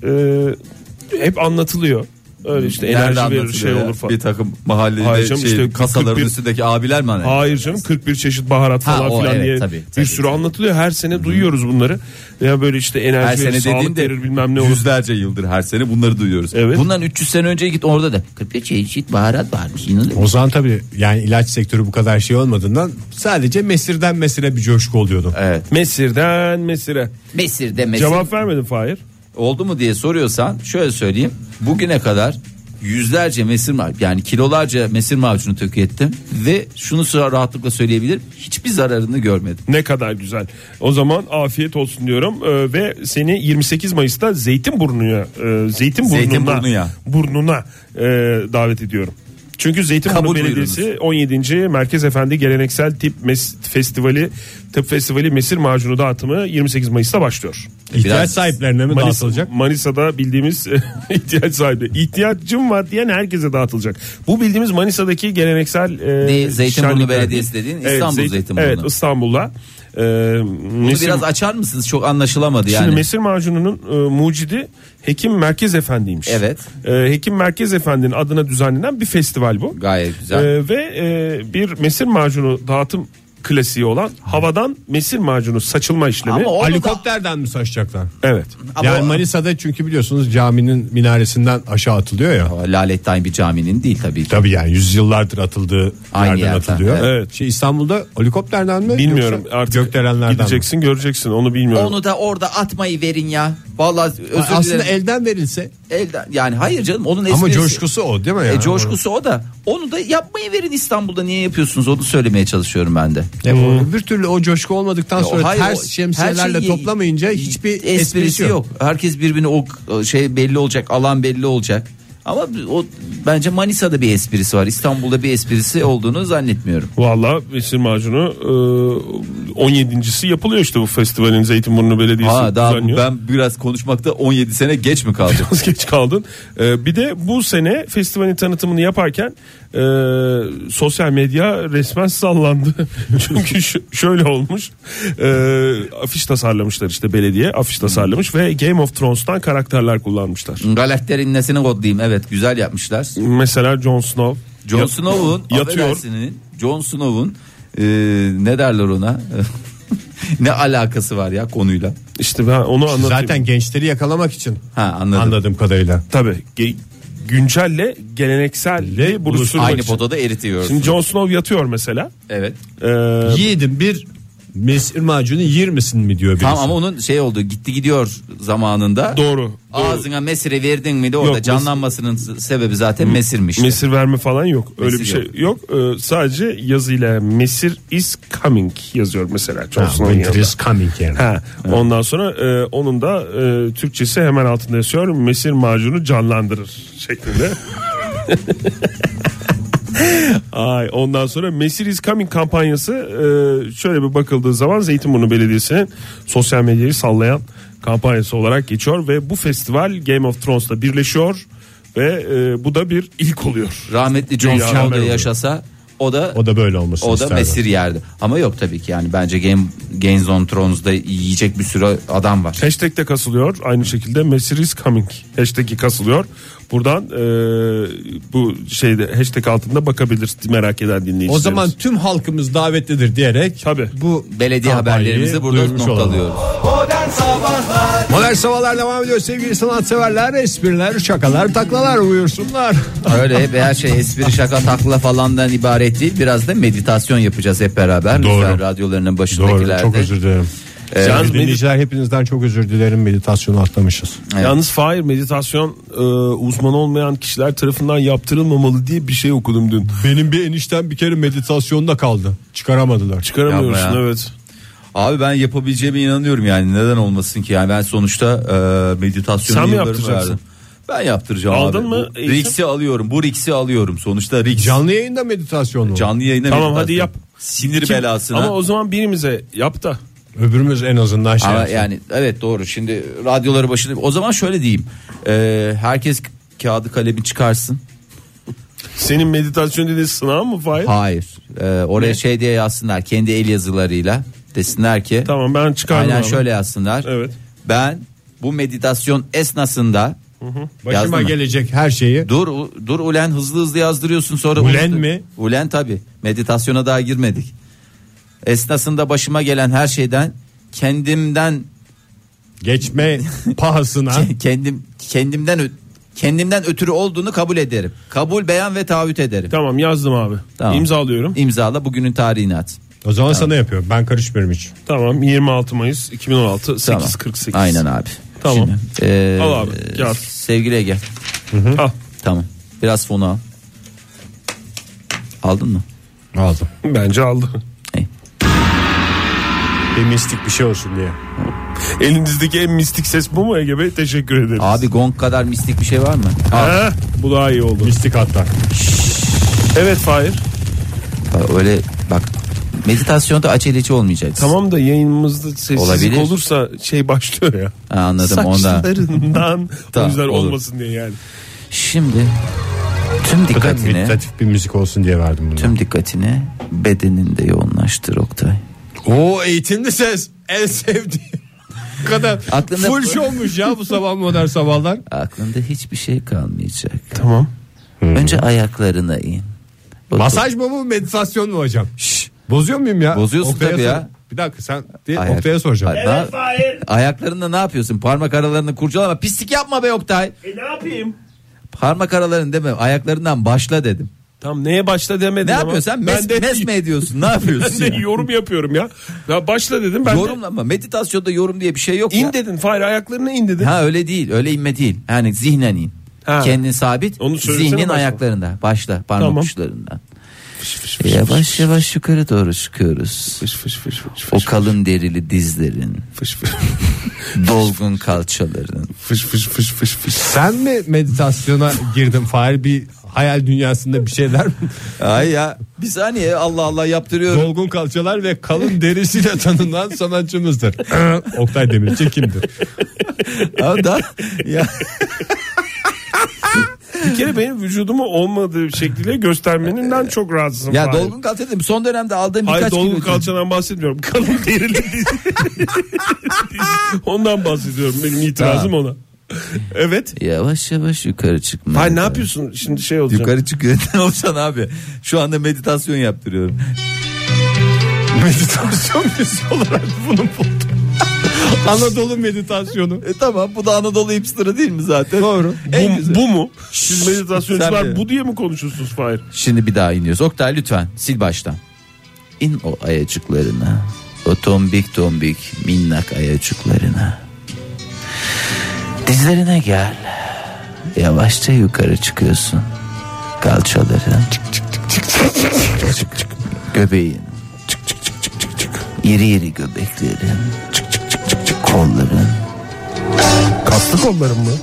hep anlatılıyor. Öyle işte Nerede enerji verir anlatılıyor şey ya? olur falan. Bir takım mahallede Hayır canım, işte kasaların 41 üstündeki abiler mi? Hani? Hayır canım, 41 çeşit baharat Ha, falan o filan evet, diye tabii, bir sürü anlatılıyor. Her sene duyuyoruz bunları. Ya böyle işte Her enerji sene verir, sağlık dediğin de verir bilmem ne olur. yüzlerce yıldır her sene bunları duyuyoruz. Evet. Bundan 300 sene önce git orada da 41 çeşit baharat varmış. İnanır mısın? O zaman tabii yani ilaç sektörü bu kadar şey olmadığından sadece mesirden mesire bir coşku oluyordu. Evet. Mesir'den Mesir'e. Mesir. Cevap vermedin Fahir. Oldu mu diye soruyorsan şöyle söyleyeyim. Bugüne kadar yüzlerce yani kilolarca mesir macunu tükettim ve şunu rahatlıkla söyleyebilirim, hiçbir zararını görmedim. Ne kadar güzel. O zaman afiyet olsun diyorum. Ve seni 28 Mayıs'ta Zeytinburnu'na davet ediyorum. Çünkü Zeytinburnu Kabul Belediyesi 17. Merkez Efendi Geleneksel Tıp Festivali Mesir Macunu dağıtımı 28 Mayıs'ta başlıyor. İhtiyaç Biraz sahiplerine mi dağıtılacak? Manisa'da bildiğimiz ihtiyaç sahibi. İhtiyacım var diyen herkese dağıtılacak. Bu bildiğimiz Manisa'daki geleneksel Değil, Zeytinburnu şenlikler. Belediyesi dediğin İstanbul Zeytinburnu. Evet, İstanbul'da. Bunu biraz açar mısınız? Çok anlaşılamadı yani. Şimdi mesir macununun mucidi Hekim Merkez Efendi'ymiş. Evet. Hekim Merkez Efendi'nin adına düzenlenen bir festival bu. Gayet güzel. Ve bir mesir macunu dağıtım klasiği olan havadan mesir macunu saçılma işlemi. Ama o- Helikopterden mi saçacaklar? Evet. Ama Yani o- Manisa'da çünkü biliyorsunuz caminin minaresinden aşağı atılıyor ya. O Lalettayn bir caminin değil tabii ki. Tabii yani yüzyıllardır atıldığı Aynı yerden yerden, atılıyor. evet. İstanbul'da helikopterden mi? Bilmiyorum Yoksa artık gökdelenlerden gideceksin göreceksin onu bilmiyorum. Onu da orada atmayı verin ya. Vallahi mi? özür Aslında dilerim. elden verilse Elden yani hayır canım onun esprisi. ama coşkusu o değil mi? Yani? Coşkusu o da. Onu da yapmayı verin İstanbul'da niye yapıyorsunuz onu söylemeye çalışıyorum ben de. Bir türlü o coşku olmadıktan sonra Hayır, ters o- şemsiyelerle her şeyi- toplamayınca hiçbir esprisi yok. Herkes birbirine o şey belli olacak, alan belli olacak. Ama o bence Manisa'da bir esprisi var. İstanbul'da bir esprisi olduğunu zannetmiyorum. Valla mesir macunu 17.si yapılıyor işte bu festivalin Zeytinburnu Belediyesi Daha düzenliyor. ben biraz konuşmakta 17 sene geç mi kaldım? Az geç kaldın. Bir de bu sene festivalin tanıtımını yaparken sosyal medya resmen sallandı. Çünkü şöyle olmuş. Afiş tasarlamışlar işte belediye afiş tasarlamış ve Game of Thrones'tan karakterler kullanmışlar. Galakter'in nesini kodlayayım evet güzel yapmışlar. Mesela Jon Snow. Jon Snow'un yatıyor. Jon Snow'un ne derler ona? Ne alakası var ya konuyla? İşte ben onu anlatayım. Zaten gençleri yakalamak için Anladım. anladığım kadarıyla. Tabii güncelle gelenekselle buluşturmak Aynı için. potada eritiyorsun. Şimdi Jon Snow yatıyor mesela. Evet. Yiğidim bir mesir macunu yer misin mi diyor birisi. Tamam ama onun şey oldu gitti gidiyor zamanında. Doğru. Ağzına mesire verdin mi de orada Yok, canlanmasının sebebi zaten mesirmiş. Mesir verme falan yok. Öyle Mesir bir şey yok. Sadece yazıyla mesir is coming yazıyor mesela. Jon Snow'un Winter yanında. is coming yani. Ha, ondan sonra onun da Türkçesi hemen altında yazıyor. Mesir macunu canlandırır şeklinde. Ondan sonra Mesir is Coming kampanyası şöyle bir bakıldığı zaman Zeytinburnu Belediyesi'nin sosyal medyayı sallayan kampanyası olarak geçiyor ve bu festival Game of Thrones'la birleşiyor ve bu da bir ilk oluyor. Rahmetli Jon Dünya Snow da haber yaşasa o da böyle olmasını o da isterdim. mesir yerdi. Ama yok tabii ki yani bence Game of Thrones'da yiyecek bir sürü adam var. Hashtag de kasılıyor. Aynı şekilde Mesir is coming hashtag'i kasılıyor. Buradan bu şeyde hashtag altında bakabilir merak eden dinleyicilerimiz. O zaman tüm halkımız davetlidir diyerek Tabii. bu Belediye kampanyayı haberlerimizi burada duyurmuş olalım. noktalıyoruz. Modern Sabahlar devam ediyor sevgili sanatseverler. Espriler, şakalar, taklalar buyursunlar. Öyle her şey espri şaka takla falandan ibaret değil. Biraz da meditasyon yapacağız hep beraber. Doğru. Lütfen radyolarının başındakilerde. Çok özür dilerim. Yalnız Dinleyiciler hepinizden çok özür dilerim, meditasyonu atlamışız. Evet. Yalnız Fahir meditasyon uzmanı olmayan kişiler tarafından yaptırılmamalı diye bir şey okudum dün. Benim bir eniştem bir kere meditasyonda kaldı. Çıkaramadılar. Çıkaramıyorsun Yapma ya. evet. Abi ben yapabileceğime inanıyorum yani neden olmasın ki yani ben sonuçta meditasyonu Sen mi yıllarımı yaptıracaksın? verdim. Ben yaptıracağım Aldın abi. mı Bu eğitim? Rix'i alıyorum. Bu Rix'i alıyorum. Sonuçta Rix. Canlı yayında meditasyon mu? Canlı yayına Tamam, meditasyon. hadi yap. Sinir belasına. Ama o zaman birimize yap da. Öbürümüz en azından şey Ama yapsın. yani evet doğru. Şimdi radyoları başında o zaman şöyle diyeyim. Herkes kağıdı kalemi çıkarsın. Senin meditasyon dediğin sınav mı Fahir? Hayır. Oraya şey diye yazsınlar kendi el yazılarıyla. Desinler ki Tamam ben çıkardım. aynen abi. şöyle yazsınlar. Evet. Ben bu meditasyon esnasında Başıma yazdın mı? gelecek her şeyi. Dur ulen hızlı yazdırıyorsun sonra. Ulen unut- mi? Ulen tabi. Meditasyona daha girmedik. Esnasında başıma gelen her şeyden Geçme pahasına. kendimden ötürü olduğunu kabul ederim. Kabul, beyan ve taahhüt ederim. Tamam yazdım abi. Tamam. İmzalıyorum. İmzala bugünün tarihini at. O zaman sana yapıyorum. Ben karışmıyorum hiç. Tamam 26 Mayıs 2016 Tamam. 8.48. Aynen abi. Tamam. Şimdi, Al abi, kağıt. Sevgili Ege. Al. Tamam. Biraz fonu al. Aldın mı? Aldım. Bence aldı. İyi. Bir mistik bir şey olsun diye. Elinizdeki en mistik ses bu mu Ege Bey? Teşekkür ederiz. Abi gong kadar mistik bir şey var mı? Heh, bu daha iyi oldu. Mistik hatta. Evet Fahir. Öyle bak meditasyonda aceleci olmayacaksın. Tamam da yayınımızda sessizlik Olabilir. olursa şey başlıyor ya. Ha, anladım ondan. Saçlarından. O Tamam, yüzden olur. olmasın diye yani. Şimdi tüm dikkatini Meditatif bir müzik olsun diye verdim bunu. tüm dikkatini bedeninde yoğunlaştır Oktay. O eğitimli ses. En sevdiğim. Bu kadar Aklında- full showmuş ya bu sabah modern sabahlar. Aklında hiçbir şey kalmayacak. Tamam. Önce ayaklarına in. Bak- Masaj mı bu meditasyon mu hocam? Bozuyor muyum ya? Bozuyorsun Oktay'a tabii sor. ya. Bir dakika sen Ayak- Oktay'a soracağım. Evet, ayaklarında ne yapıyorsun? Parmak aralarını kurcalama. Pislik yapma be Oktay. Ne yapayım? Parmak aralarını deme. Ayaklarından başla dedim. Tam neye başla demedim Ne ama. yapıyorsun sen? Ben de- Mes mi ediyorsun? Ne yapıyorsun? Ben de yorum yapıyorum ya. Ya başla dedim ben Yorum ama meditasyonda yorum diye bir şey yok de. İn ya. dedin Fahir, ayaklarına in dedin. Ha öyle değil. Öyle inme değil. Yani zihnen in. Ha. Kendin sabit. Onu söylesene Zihnin başla. ayaklarında. Başla parmak Tamam. uçlarından. Yavaş yavaş yukarı doğru çıkıyoruz. O kalın derili dizlerin, dolgun kalçaların. Sen mi meditasyona girdin Fahir, bir hayal dünyasında bir şeyler mi? Ay ya bir saniye, Allah Allah yaptırıyorum. Dolgun kalçalar ve kalın derisiyle tanınan sanatçımızdır. Oktay Demirci kimdir? Ama da ya Bir kere benim vücudumu olmadığı şekilde göstermeninden çok rahatsızım. ya Fahir. dolgun kalça dedim. Son dönemde aldığım Hayır, birkaç dolgun kilo. kalçadan bahsetmiyorum. Kalın derili dizi. Ondan bahsediyorum. Benim itirazım ona. Evet. Yavaş yavaş yukarı çıkma. Hayır, ne yapıyorsun şimdi, şey olacak. Yukarı çıkıyor. Ne olacaksın abi? Şu anda meditasyon yaptırıyorum. Meditasyon müziği olarak bunu buldum. Anadolu meditasyonu. Tamam, bu da Anadolu hipsterı değil mi zaten? Doğru. En güzel. Bu mu? Siz Sen meditasyoncular de. bu diye mi konuşuyorsunuz Fahir? Şimdi bir daha iniyoruz. Oktay lütfen sil baştan. İn o ayacıklarına. O tombik tombik minnak ayacıklarına. Dizlerine gel. Yavaşça yukarı çıkıyorsun. Kalçaların. Göbeğin. İri iri göbeklerin. Kolların. Kaslı kollarım mı?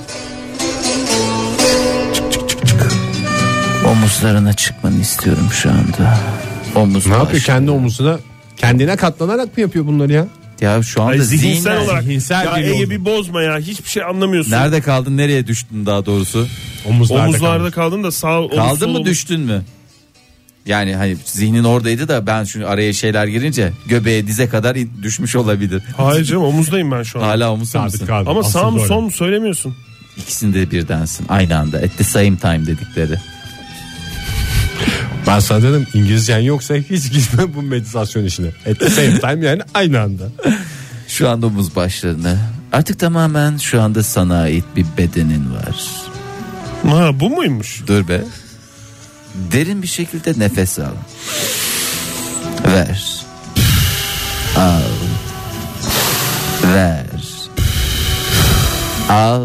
Omuzlarına çıkmanı istiyorum şu anda. Omuz Ne yapıyor baş. kendi omuzuna? Kendine katlanarak mı yapıyor bunları ya? Ya şu anda Ay, zihinsel zihnen- olarak. zihinsel Ya bir Ege, yolculuk. bir bozma ya. Hiçbir şey anlamıyorsun. Nerede kaldın, nereye düştün daha doğrusu? Omuzlarda kalmış. kaldın da sağ Kaldın mı, düştün mü? Yani hani zihnin oradaydı da ben şu araya şeyler girince göbeğe, dize kadar düşmüş olabilir. Hayır canım, omuzdayım ben şu an. Hala omuzda Sabit mısın? kaldı. Ama Asıl sağ mı doğru. sol mu söylemiyorsun. İkisinde birdensin aynı anda, at the same time dedikleri. Ben sana dedim İngilizcen yoksa hiç gitme bu meditasyon işine. At the same time, yani aynı anda. Şu anda omuz başlarına artık tamamen şu anda sana ait bir bedenin var. Ha, bu muymuş? Dur be. Derin bir şekilde nefes al. Ver. Al. Ver. Al.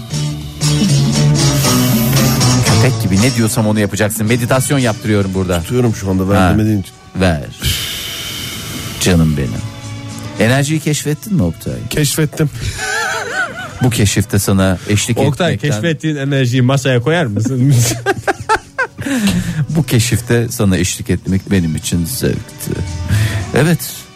Köpek gibi ne diyorsam onu yapacaksın. Meditasyon yaptırıyorum burada. Tutuyorum şu anda, Ha. vermediğin için. Ver. Canım benim. Enerjiyi keşfettin mi Oktay? Keşfettim. Bu keşifte sana eşlik Oktay, etmekten... keşfettiğin enerjiyi masaya koyar mısın? Bu keşifte sana eşlik etmek benim için zevkti. Evet.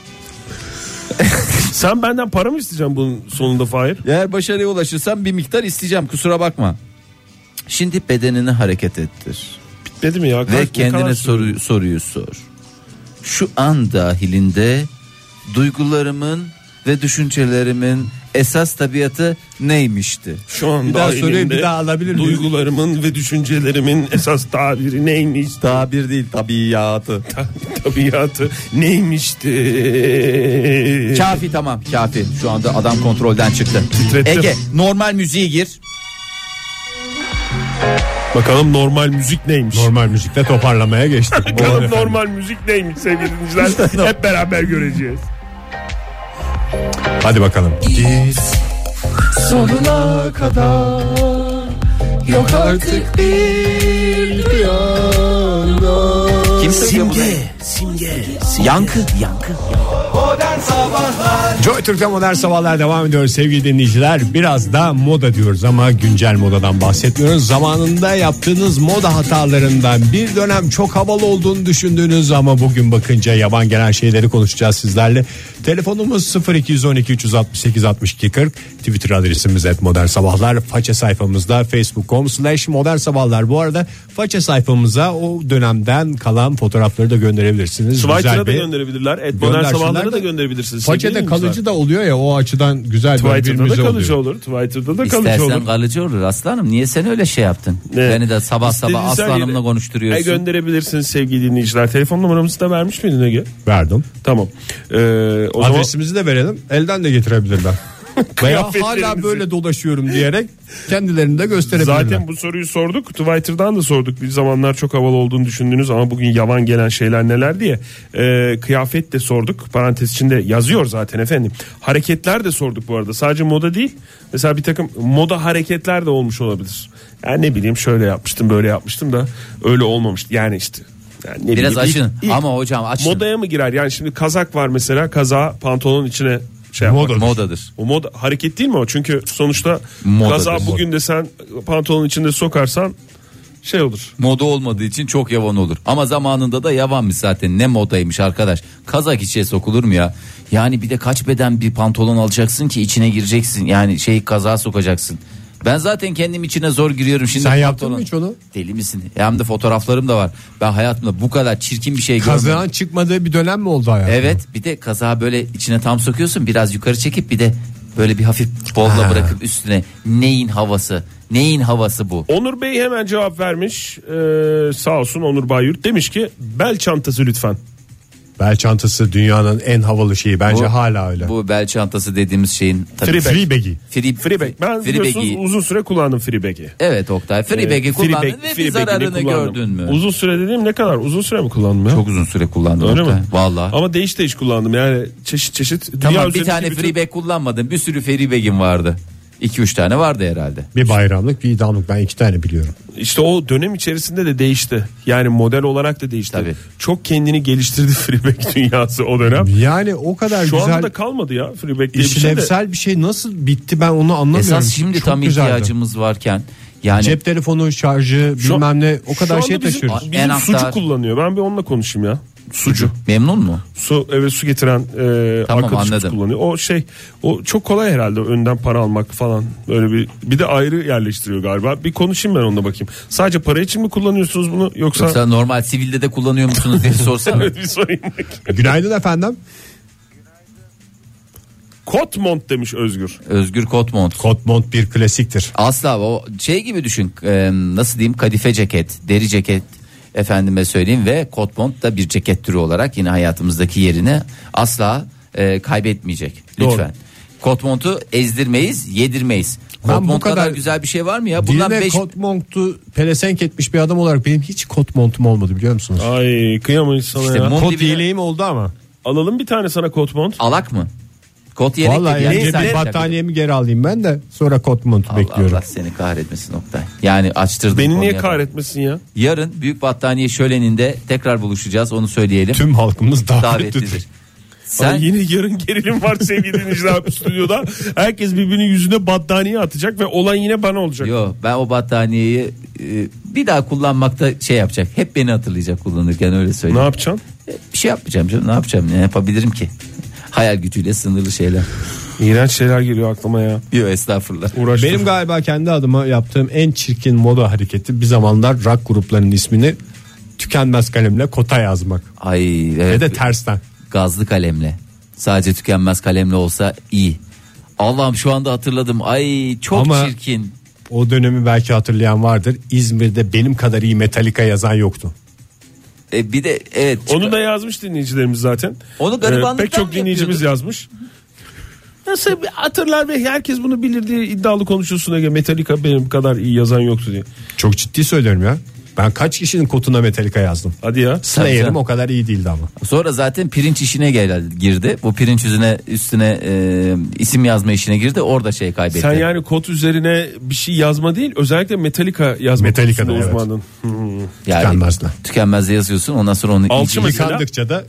Sen benden para mı isteyeceksin bunun sonunda Fahir? Eğer başarıya ulaşırsam bir miktar isteyeceğim, kusura bakma. Şimdi bedenini hareket ettir. Bitmedi mi ya? Ve Ne kadar kendine sürüyor? soruyu sor. Şu an dahilinde duygularımın ve düşüncelerimin esas tabiatı neymişti? Şu an Bir daha dahilinde soruyu bir daha alabilir miyim? Duygularımın ve düşüncelerimin esas tabiri neymiş? Tabir değil, tabiatı. Tabiatı neymişti? Kafi, tamam, kafi. Şu anda adam kontrolden çıktı. Titrettim. Ege, normal müziğe gir. Bakalım normal müzik neymiş? Normal müzikle toparlamaya geçtik. Bakalım normal müzik neymiş sevgili dinleyiciler. Hep beraber göreceğiz. Hadi bakalım. Sonuna kadar yok artık bir piyano. Kim söylüyor bunu? Simge. Yankı. Joy Türk'te Modern Sabahlar devam ediyor sevgili dinleyiciler. Biraz da moda diyoruz ama güncel modadan bahsetmiyoruz. Zamanında yaptığınız moda hatalarından, bir dönem çok havalı olduğunu düşündüğünüz ama bugün bakınca yaban gelen şeyleri konuşacağız sizlerle. Telefonumuz 0212 368 62 40. Twitter adresimiz @modernsabahlar. Faça sayfamızda facebook.com/modernsabahlar. Bu arada faça sayfamıza o dönemden kalan fotoğrafları da gönderebilirsiniz. Twitter'a da gönderebilirler. Modern Sabahlar'a da gönderebilirsiniz. Façede kalıcı da oluyor ya, o açıdan güzel bir Twitter'da müze da kalıcı oluyor. olur. Twitter'da da kalıcı İstersen olur. kalıcı olur aslanım. Niye sen öyle şey yaptın? Ne? Beni de sabah İstediğiniz aslanımla yere konuşturuyorsun. Gönderebilirsiniz sevgili dinleyiciler. Telefon numaramızı da vermiş miydin Ege? Verdim. Tamam. O zaman Adresimizi de verelim. Elden de getirebilirler. Veya hala Kıyafetlerinizi. böyle dolaşıyorum diyerek kendilerini de gösterebilirler. zaten bu soruyu sorduk. Twitter'dan da sorduk. Bir zamanlar çok havalı olduğunu düşündünüz ama bugün yavan gelen şeyler neler diye. Kıyafet de sorduk. Parantez içinde yazıyor zaten efendim. Hareketler de sorduk bu arada. Sadece moda değil. Mesela bir takım moda hareketler de olmuş olabilir. Yani ne bileyim, şöyle yapmıştım, böyle yapmıştım da öyle olmamıştı. Yani işte. Yani ne Biraz bileyim, açın. ilk Ama hocam açın. modaya mı girer? Yani şimdi kazak var mesela. Kazağı pantolonun içine şey yapmak. Modadır. O moda hareket değil mi o? Çünkü sonuçta Modadır. kazağı bugün de sen pantolonun içinde sokarsan şey olur. Moda olmadığı için çok yavan olur. Ama zamanında da yavanmış zaten. Ne modaymış arkadaş. Kazak içine sokulur mu ya? Yani bir de kaç beden bir pantolon alacaksın ki içine gireceksin. Yani kazağa sokacaksın. Ben zaten kendim içine zor giriyorum şimdi. Sen yaptın mı hiç onu? Deli misin? Hem de fotoğraflarım da var. Ben hayatımda bu kadar çirkin bir şey görmedim. Kazağın çıkmadığı bir dönem mi oldu hayatında? Evet, bir de kazağı böyle içine tam sokuyorsun, biraz yukarı çekip bir de böyle bir hafif bolla bırakıp üstüne. Neyin havası bu? Onur Bey hemen cevap vermiş. Sağ olsun Onur Bayurt. Demiş ki bel çantası lütfen. Bel çantası dünyanın en havalı şeyi. Bence hala öyle. Bu bel çantası dediğimiz şeyin tabii. Free bag'i. Free bag. Ben Free biliyorsunuz bag'i. uzun süre kullandım free bag'i. Evet Oktay, free bag'i kullandın ve free bir bag'ini zararını kullandım. gördün mü? Uzun süre dediğim ne kadar? Uzun süre mi kullandım ya? Çok uzun süre kullandım Öyle Oktay. mi? Vallahi. Ama değiş kullandım yani çeşit. Dünya Tamam, bir üzerindeki tane bütün- free bag kullanmadın, bir sürü free bag'im vardı. 2-3 tane vardı herhalde. Bir bayramlık, bir idamlık. Ben 2 tane biliyorum. İşte o dönem içerisinde de değişti. Yani model olarak da değişti. Tabii. Çok kendini geliştirdi freeback dünyası o dönem. Yani o kadar Şu güzel anda da kalmadı ya freeback diye bir şey de. işlevsel bir şey nasıl bitti, ben onu anlamıyorum. Esas şimdi Çok tam güzeldi. ihtiyacımız varken yani Cep telefonu şarjı Şu- bilmem ne, o Şu kadar anda şey taşıyoruz. En Bizim sucu aktar- kullanıyor. Ben bir onunla konuşayım ya. Sucu. memnun mu? Su getiren Tamam, arkadaşımız anladım. kullanıyor. O çok kolay herhalde, önden para almak falan. Böyle bir de ayrı yerleştiriyor galiba. Bir konuşayım ben onunla bakayım. Sadece para için mi kullanıyorsunuz bunu yoksa? Yoksa normal sivilde de kullanıyor musunuz diye sorsana. Evet, bir sorayım. Günaydın efendim. Kot mont demiş Özgür. Özgür kot mont. Kot mont bir klasiktir. Asla o şey gibi düşün, nasıl diyeyim, kadife ceket, deri ceket efendime söyleyeyim ve kot mont da bir ceket türü olarak yine hayatımızdaki yerini asla kaybetmeyecek. Lütfen. Doğru. Kot montu ezdirmeyiz, yedirmeyiz. Ben Kot bu mont kadar kadar güzel bir şey var mı ya? Bundan Birine 5 kot montu pelesenk etmiş bir adam olarak benim hiç kot montum olmadı, biliyor musunuz? Ay kıyamayız sana İşte ya. mont Kot dibine- yeleğim oldu ama. Alalım bir tane sana kot mont. alak mı? Kot yelek Vallahi dedi. Yani önce sen bir tak- battaniyemi geri alayım ben de sonra kot montu Allah bekliyorum. Allah seni kahretmesin Oktay. Yani açtırdım. Beni niye konuya. kahretmesin ya? Yarın Büyük Battaniye Şöleni'nde tekrar buluşacağız, onu söyleyelim. Tüm halkımız davetlidir. Davetlidir. Ama Sen yine yarın gerilim var sevgili dinleyiciler stüdyoda. Herkes birbirinin yüzüne battaniye atacak ve olan yine bana olacak. Yo, ben o battaniyeyi bir daha kullanmakta şey yapacak. Hep beni hatırlayacak kullanırken, öyle Ne söyleyeyim. yapacaksın? Bir şey yapmayacağım canım, ne yapacağım, ne yapabilirim ki? Hayal gücüyle sınırlı şeyler. İğrenç şeyler geliyor aklıma ya. Yo, estağfurullah. Uğraştır. Benim galiba kendi adıma yaptığım en çirkin moda hareketi bir zamanlar rock gruplarının ismini tükenmez kalemle kota yazmak. Ay Ve evet, de tersten. gazlı kalemle. Sadece tükenmez kalemle olsa iyi. Allah'ım şu anda hatırladım. Ay çok Ama- çirkin. O dönemi belki hatırlayan vardır. İzmir'de benim kadar iyi Metallica yazan yoktu. Bir de evet. Onu da yazmış dinleyicilerimiz zaten. Onu garibanlıktan Pek çok mı dinleyicimiz yapıyordu? yazmış. Nasıl hatırlar ve herkes bunu bilir diye iddialı konuşuyorsun Ege. Metallica benim kadar iyi yazan yoktu diye. Çok ciddi söylüyorum ya. Ben kaç kişinin kotuna Metallica yazdım. Hadi ya. Slayer'im canım. o kadar iyi değildi ama. Sonra zaten pirinç işine girdi. Bu pirinç üstüne isim yazma işine girdi. Orada şey kaybetti. Sen yani kod üzerine bir şey yazma değil, özellikle Metallica yazma Metallica'da, konusunda evet. uzmandın. Yani Tükenmezle. Tükenmezle yazıyorsun. Ondan sonra onu Alçı mı? Mesela- Yıkandıkça da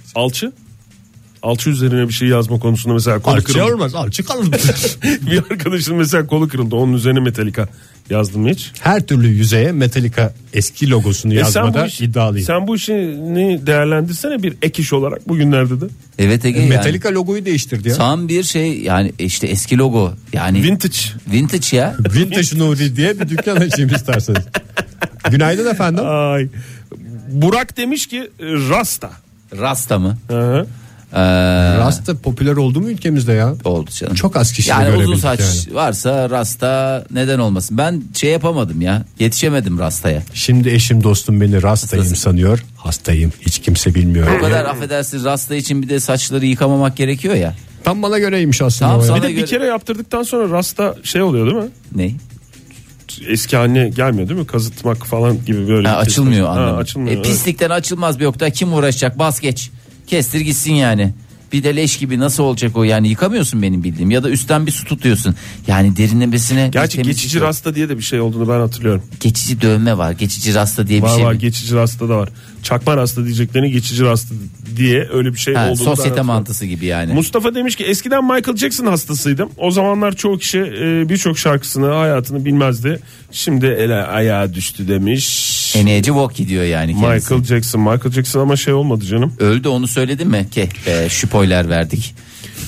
Alçı üzerine bir şey yazma konusunda mesela kolu alçı kırıldı. olmaz, alçı kalır. Bir arkadaşın mesela kolu kırıldı, onun üzerine Metallica Yazdın hiç? Her türlü yüzeye Metallica eski logosunu yazmada iddialıyım. Sen bu işini değerlendirsene bir ek iş olarak bugünlerde de. Evet Ege, yani. Metallica logoyu değiştirdi ya. Tam bir şey yani işte eski logo yani. Vintage ya. Vintage Nuri diye bir dükkan açayım isterseniz. Günaydın efendim. Ay. Burak demiş ki Rasta. Rasta mı? Hı-hı. Rasta popüler oldu mu ülkemizde ya? Oldu canım. Çok az kişi yani görebildik uzun saç yani. varsa Rasta neden olmasın? Ben şey yapamadım ya. Yetişemedim Rasta'ya. Şimdi eşim dostum beni Rastayım sanıyor. Hastayım. Hiç kimse bilmiyor. O kadar affedersin Rasta için bir de saçları yıkamamak gerekiyor ya. Tam bana göreymiş aslında. Tam o ya. sana Bir de bir kere yaptırdıktan sonra Rasta şey oluyor değil mi? Ne? Eski haline gelmiyor değil mi? Kazıtmak falan gibi böyle. Açılmıyor anladım. Açılmıyor. Pislikten açılmaz bir Oktay. Kim uğraşacak? Bas geç. Kestir gitsin yani. Bir de leş gibi nasıl olacak o yani, yıkamıyorsun benim bildiğim ya da üstten bir su tutuyorsun. Yani derinlemesine. Gerçi geçici rasta diye de bir şey olduğunu ben hatırlıyorum. Geçici dövme var. Geçici rasta diye bir var, şey var, mi? geçici rasta da var. Çakma rasta diyeceklerini geçici rasta diye öyle bir şey olduğunu. Sosyete mantısı gibi yani. Mustafa demiş ki eskiden Michael Jackson hastasıydım. O zamanlar çoğu kişi birçok şarkısını hayatını bilmezdi. Şimdi ele ayağa düştü demiş. Eneci Walkie diyor yani kendisi. Michael Jackson ama şey olmadı canım. Öldü, onu söyledin mi ki? Spoiler verdik.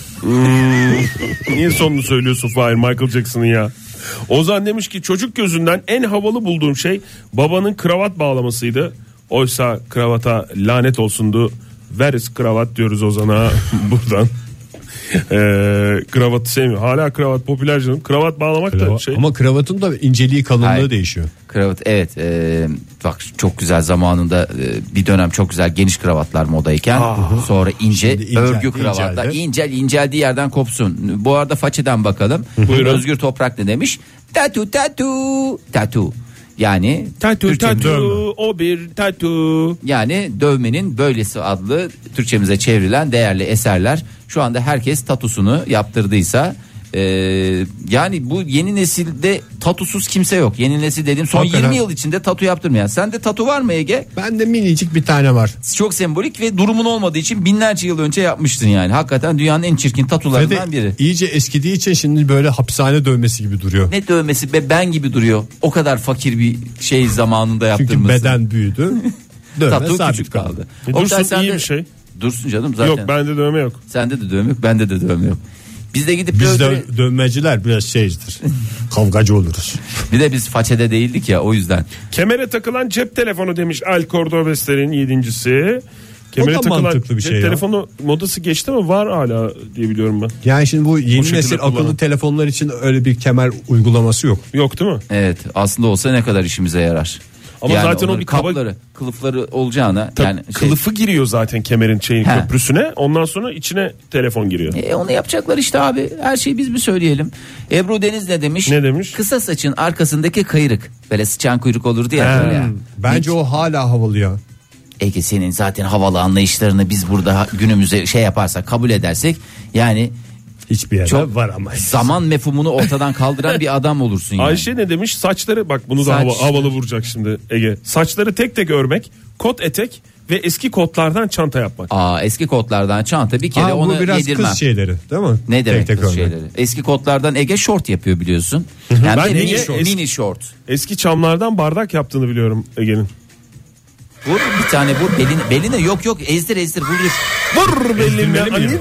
Niye sonunu söylüyorsun Fahir Michael Jackson'ın ya? Ozan demiş ki çocuk gözünden en havalı bulduğum şey babanın kravat bağlamasıydı. Oysa kravata lanet olsundu. Veris kravat diyoruz Ozan'a buradan. Kravatı sevmiyor. Hala kravat popüler canım. Kravat bağlamak da şey. Ama kravatın da inceliği kalınlığı değişiyor. Kravat evet, bak çok güzel zamanında bir dönem çok güzel geniş kravatlar modayken sonra ince örgü kravatlar inceldiği yerden kopsun. Bu arada façeden bakalım. Özgür Toprak ne demiş? Tatu. Yani tatu o bir tatu. Yani dövmenin böylesi adlı Türkçemize çevrilen değerli eserler. Şu anda herkes tatusunu yaptırdıysa yani bu yeni nesilde tatusuz kimse yok. Yeni nesil dediğim son Hakikaten. 20 yıl içinde tatu yaptırmayan. Sende tatu var mı Ege? Bende minicik bir tane var. Çok sembolik ve durumun olmadığı için binlerce yıl önce yapmıştın yani. Hakikaten dünyanın en çirkin tatularından biri. İyice eskidiği için şimdi böyle hapishane dövmesi gibi duruyor. Ne dövmesi be, ben gibi duruyor. O kadar fakir bir şey zamanında yaptırması. Çünkü beden büyüdü. Dövme Tatu sabit küçük kaldı. kaldı. Dursun iyi bir şey. Dursun canım zaten. Yok bende dövme yok. Sende de dövme yok, bende de dövme yok. Biz de gidip Biz dövmeciler biraz şeyizdir. Kavgacı oluruz. Bir de biz façede değildik ya, o yüzden. Kemere takılan cep telefonu demiş Al Cordobes'lerin 7.'si. Kemere O da takılan mantıklı bir cep şey ya. telefonu modası geçti mi? Var hala diye biliyorum ben. Yani şimdi bu yeni şekilde nesil kullanan. akıllı telefonlar için öyle bir kemer uygulaması yok. Yok değil mi? Evet, aslında olsa ne kadar işimize yarar. Ama yani zaten o onların bir kaba... kılıfları olacağına yani kılıfı giriyor zaten kemerin köprüsüne. Ondan sonra içine telefon giriyor. Onu yapacaklar işte abi. Her şeyi biz mi söyleyelim? Ebru Deniz ne demiş? Ne demiş? Kısa saçın arkasındaki kıyrık. Böyle sıçan kuyruk olurdu ya. Böyle ya. Bence o hala havalı ya. Ege senin zaten havalı anlayışlarını biz burada günümüze şey yaparsak, kabul edersek yani hiçbir yerde çok varamayız. Zaman mefhumunu ortadan kaldıran bir adam olursun yani. Ayşe ne demiş? Saçları bak bunu da havalı vuracak şimdi Ege. Saçları tek tek örmek, kot etek ve eski kotlardan çanta yapmak. Eski kotlardan çanta bir kere onu bu biraz yedirmem. kız şeyleri değil mi? Ne demek tek kız örnek. şeyleri? Eski kotlardan Ege şort yapıyor biliyorsun. Yani Ben mini şort. Eski çamlardan bardak yaptığını biliyorum Ege'nin. Vur bir tane vur beline yok ezdir vur. Vur beline.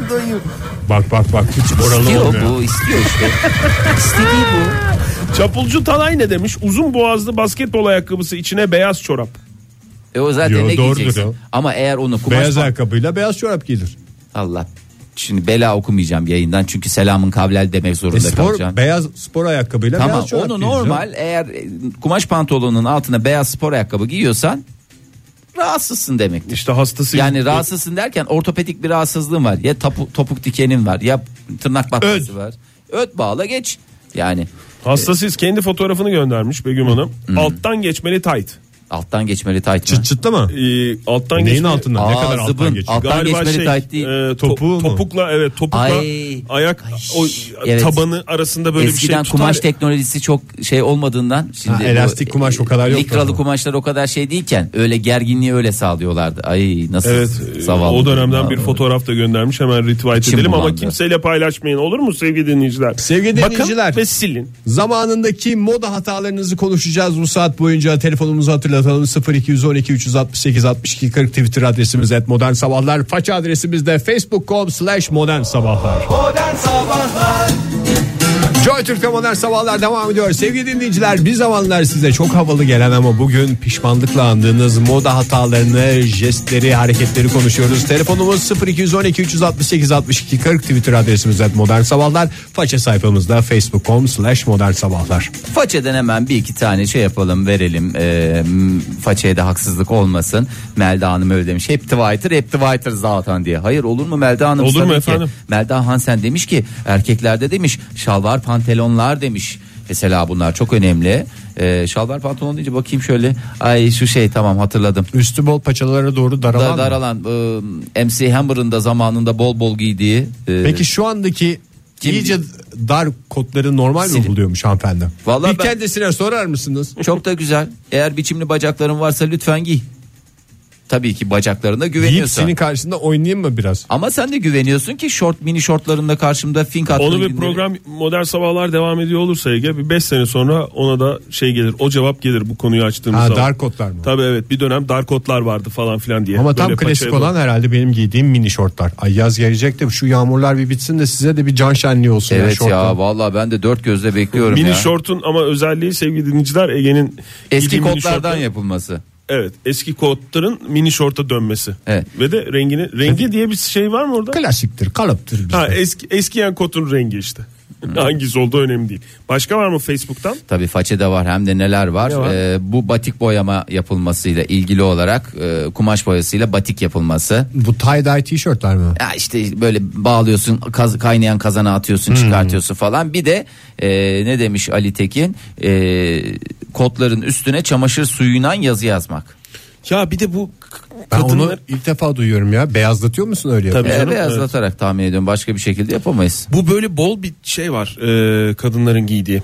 Bak hiç oralı İstiyor olmuyor. bu istiyor işte. İstediği bu. Çapulcu Talay ne demiş? Uzun boğazlı basketbol ayakkabısı içine beyaz çorap. O zaten Yo, ne doğrudur giyeceksin? o. Ama eğer onu kumaş... Beyaz ayakkabıyla beyaz çorap giyilir. Allah. Şimdi bela okumayacağım yayından çünkü selamın kavlel demek zorunda kalacağım. Beyaz spor ayakkabıyla Tamam beyaz çorap onu giyilir. normal eğer kumaş pantolonun altına beyaz spor ayakkabı giyiyorsan rahatsızsın demektir. İşte hastası. Yani rahatsızsın derken ortopedik bir rahatsızlığın var. Ya topuk dikenin var ya tırnak batması var. Öt bağla geç. Yani Hastasıyız kendi fotoğrafını göndermiş Begüm Hanım. Alttan geçmeli tayt. Alttan geçmeli tayt mı? Çıt çıtlı mı? Alttan Neyin geçmeli- altından? Ne kadar zıbın. alttan geçiyor? Alttan geçmeli tayt değil. Topuğu mu? Topukla topukla Ay. ayak o Evet. tabanı arasında böyle Eskiden bir şey tutar. kumaş teknolojisi çok şey olmadığından şimdi elastik kumaş o kadar yok. likralı kumaşlar o kadar şey değilken öyle gerginliği öyle sağlıyorlardı. Ay nasıl Evet, zavallı. o dönemden bir Vallahi. fotoğraf da göndermiş, hemen retweet İçim edelim ama bulandı. kimseyle paylaşmayın, olur mu sevgili dinleyiciler? Sevgili dinleyiciler. Bakın ve silin. Zamanındaki moda hatalarınızı konuşacağız bu saat boyunca. Telefonumuzu hatırlatalım: 0212 368 62 40. Twitter adresimiz @modernsabahlar. Faça adresimiz de facebook.com/modernsabahlar. Joy Türk'te Modern Sabahlar devam ediyor. Sevgili dinleyiciler, bir zamanlar size çok havalı gelen ama bugün pişmanlıkla andığınız moda hatalarını, jestleri, hareketleri konuşuyoruz. Telefonumuz 0212 368 62 40. Twitter adresimiz @modern sabahlar. Faça sayfamızda facebook.com/modern sabahlar. Façeden hemen bir iki tane şey yapalım, verelim. Façaya da haksızlık olmasın. Melda Hanım öyle demiş. Hep Twitter zaten diye. Hayır, olur mu Melda Hanım? Olur mu Tabii ki. efendim? Melda Hansen demiş ki erkeklerde demiş şalvar pantolonlar demiş. Mesela bunlar çok önemli. Şalvar pantolon deyince bakayım şöyle. Ay şu şey, tamam hatırladım. Üstü bol paçalara doğru daralan mı? Daralan MC Hammer'ın da zamanında bol bol giydiği. Peki şu andaki iyice dar kotları normal mi Silin. buluyormuş hanımefendi? Vallahi bir ben- kendisine sorar mısınız? Çok da güzel. Eğer biçimli bacakların varsa lütfen giy. Tabii ki bacaklarına Giyip güveniyorsan. senin karşısında oynayayım mı biraz? Ama sen de güveniyorsun ki mini şortlarında karşımda fink atlı Onu bir günleri- program Modern Sabahlar devam ediyor olursa Ege, bir 5 sene sonra ona da şey gelir, o cevap gelir bu konuyu açtığımız Ha, zaman. dar kotlar mı? Tabii evet, bir dönem dar kotlar vardı falan filan diye. Ama tam Böyle klasik paçaya olan herhalde benim giydiğim mini şortlar. Ay yaz gelecek de şu yağmurlar bir bitsin de size de bir can şenliği olsun. Evet şortlar. ya, vallahi ben de dört gözle bekliyorum mini ya. şortun ama özelliği sevgili dinleyiciler, Ege'nin Eski giydiği mini kotlardan şortlar- yapılması. Evet, eski kotların mini şorta dönmesi. Evet. Ve de rengi diye bir şey var mı orada? Klasiktir, kalıptır bizde. Ha, eskiyen kotun rengi işte. Hangisi olduğu önemli değil. Başka var mı Facebook'tan? Tabii façede var, hem de neler var. Ne var? Bu batik boyama yapılmasıyla ilgili olarak kumaş boyasıyla batik yapılması. Bu tie-dye tişörtler mi? Ya işte böyle bağlıyorsun, kaynayan kazana atıyorsun, çıkartıyorsun falan. Bir de ne demiş Ali Tekin? Kotların üstüne çamaşır suyuyla yazı yazmak. Ya bir de bu Ben onu kadınlar... ilk defa duyuyorum ya. Beyazlatıyor musun öyle Tabii. yapınca? Canım, Beyazlatarak tahmin ediyorum, başka bir şekilde yapamayız. Bu böyle bol bir şey var kadınların giydiği.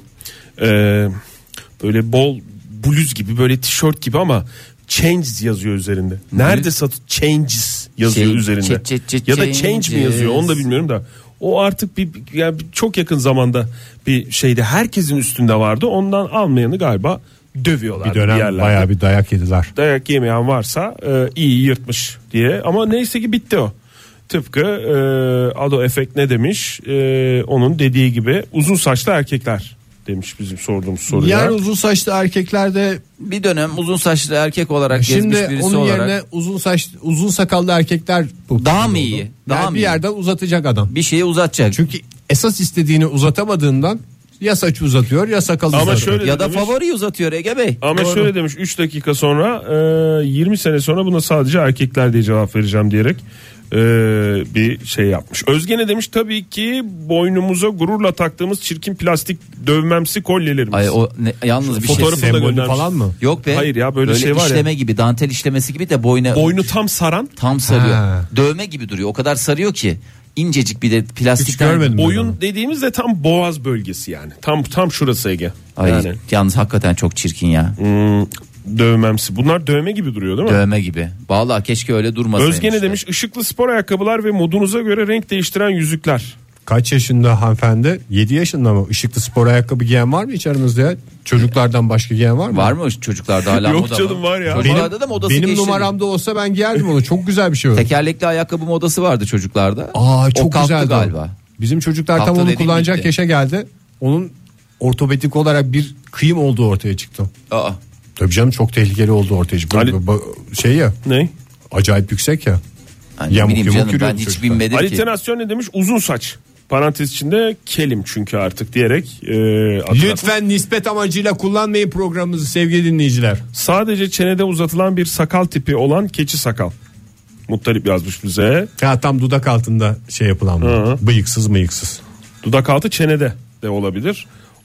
Böyle bol bluz gibi, böyle tişört gibi ama changes yazıyor üzerinde. Nerede changes yazıyor Şey, üzerinde. Ya da change mi yazıyor, onu da bilmiyorum da. O artık yani çok yakın zamanda bir şeyde herkesin üstünde vardı. Ondan almayanı galiba dövüyorlar Bir dönem yerlerde. bayağı bir dayak yediler. Dayak yemeyen varsa iyi yırtmış diye, ama neyse ki bitti o. Tıpkı Ado Efekt ne demiş, onun dediği gibi uzun saçlı erkekler demiş bizim sorduğumuz soruya. Yani uzun saçlı erkeklerde Bir dönem uzun saçlı erkek olarak gezmiş şimdi birisi onun olarak. yerine uzun sakallı erkekler Daha mı iyi? Daha Yani mı bir iyi? yerden uzatacak adam. Bir şeyi uzatacak. Çünkü esas istediğini uzatamadığından ya saçı uzatıyor ya sakalı Ama uzatıyor. şöyle Ya da demiş, favoriyi uzatıyor Ege Bey. ama Doğru. şöyle demiş, 3 dakika sonra 20 sene sonra buna sadece erkekler diye cevap vereceğim diyerek bir şey yapmış. Özge ne demiş? Tabii ki boynumuza gururla taktığımız çirkin plastik dövmemsi kolyelerimiz. Ay o yalnız bir şey. Fotoğrafını da Sembolü göndermiş. falan mı? Yok be. Hayır ya, böyle şey var ya. işleme gibi, dantel işlemesi gibi de Boynu tam saran, tam sarıyor. Ha. Dövme gibi duruyor. O kadar sarıyor ki incecik, bir de Hiç plastikten. görmedim. boyun dediğimiz de tam boğaz bölgesi yani. Tam şurası Ege. Ay, Yani yalnız hakikaten çok çirkin ya. dövmemsi. Bunlar dövme gibi duruyor değil mi? Dövme gibi. Vallahi keşke öyle durmasaymış. Özge ne demiş? Işıklı spor ayakkabılar ve modunuza göre renk değiştiren yüzükler. Kaç yaşında hanımefendi? 7 yaşında mı? Işıklı spor ayakkabı giyen var mı içerimizde ya? Çocuklardan başka giyen var mı? Var mı çocuklarda hala Yok moda canım, mı? var ya. Çocuklarda da modası Benim geçti. numaramda olsa ben giyerdim onu. Çok güzel bir şey o. Tekerlekli ayakkabı modası vardı çocuklarda. Aa, o çok kalktı güzeldi galiba. Bizim çocuklar Kalktı tam onu dediğim kullanacak gitti. yaşa geldi. Onun ortopedik olarak bir kıyım olduğu ortaya çıktı. Aa. Tabii canım, çok tehlikeli oldu ortaya çıktı. Ali- Şey ya, Ne? acayip yüksek ya. Hani Yamuk bileyim yumuk canım, yürüyor ben bu hiç çocuklar. bilmedim ki. Aliterasyon ne demiş? Uzun saç. Parantez içinde kelim çünkü artık diyerek hatırlatmış. Lütfen nispet amacıyla kullanmayın programımızı sevgili dinleyiciler. Sadece çenede uzatılan bir sakal tipi olan keçi sakal. Muttalip yazmış bize. Ya tam dudak altında şey yapılan mı? Hı. Bıyıksız mıyıksız. Dudak altı çenede de olabilir.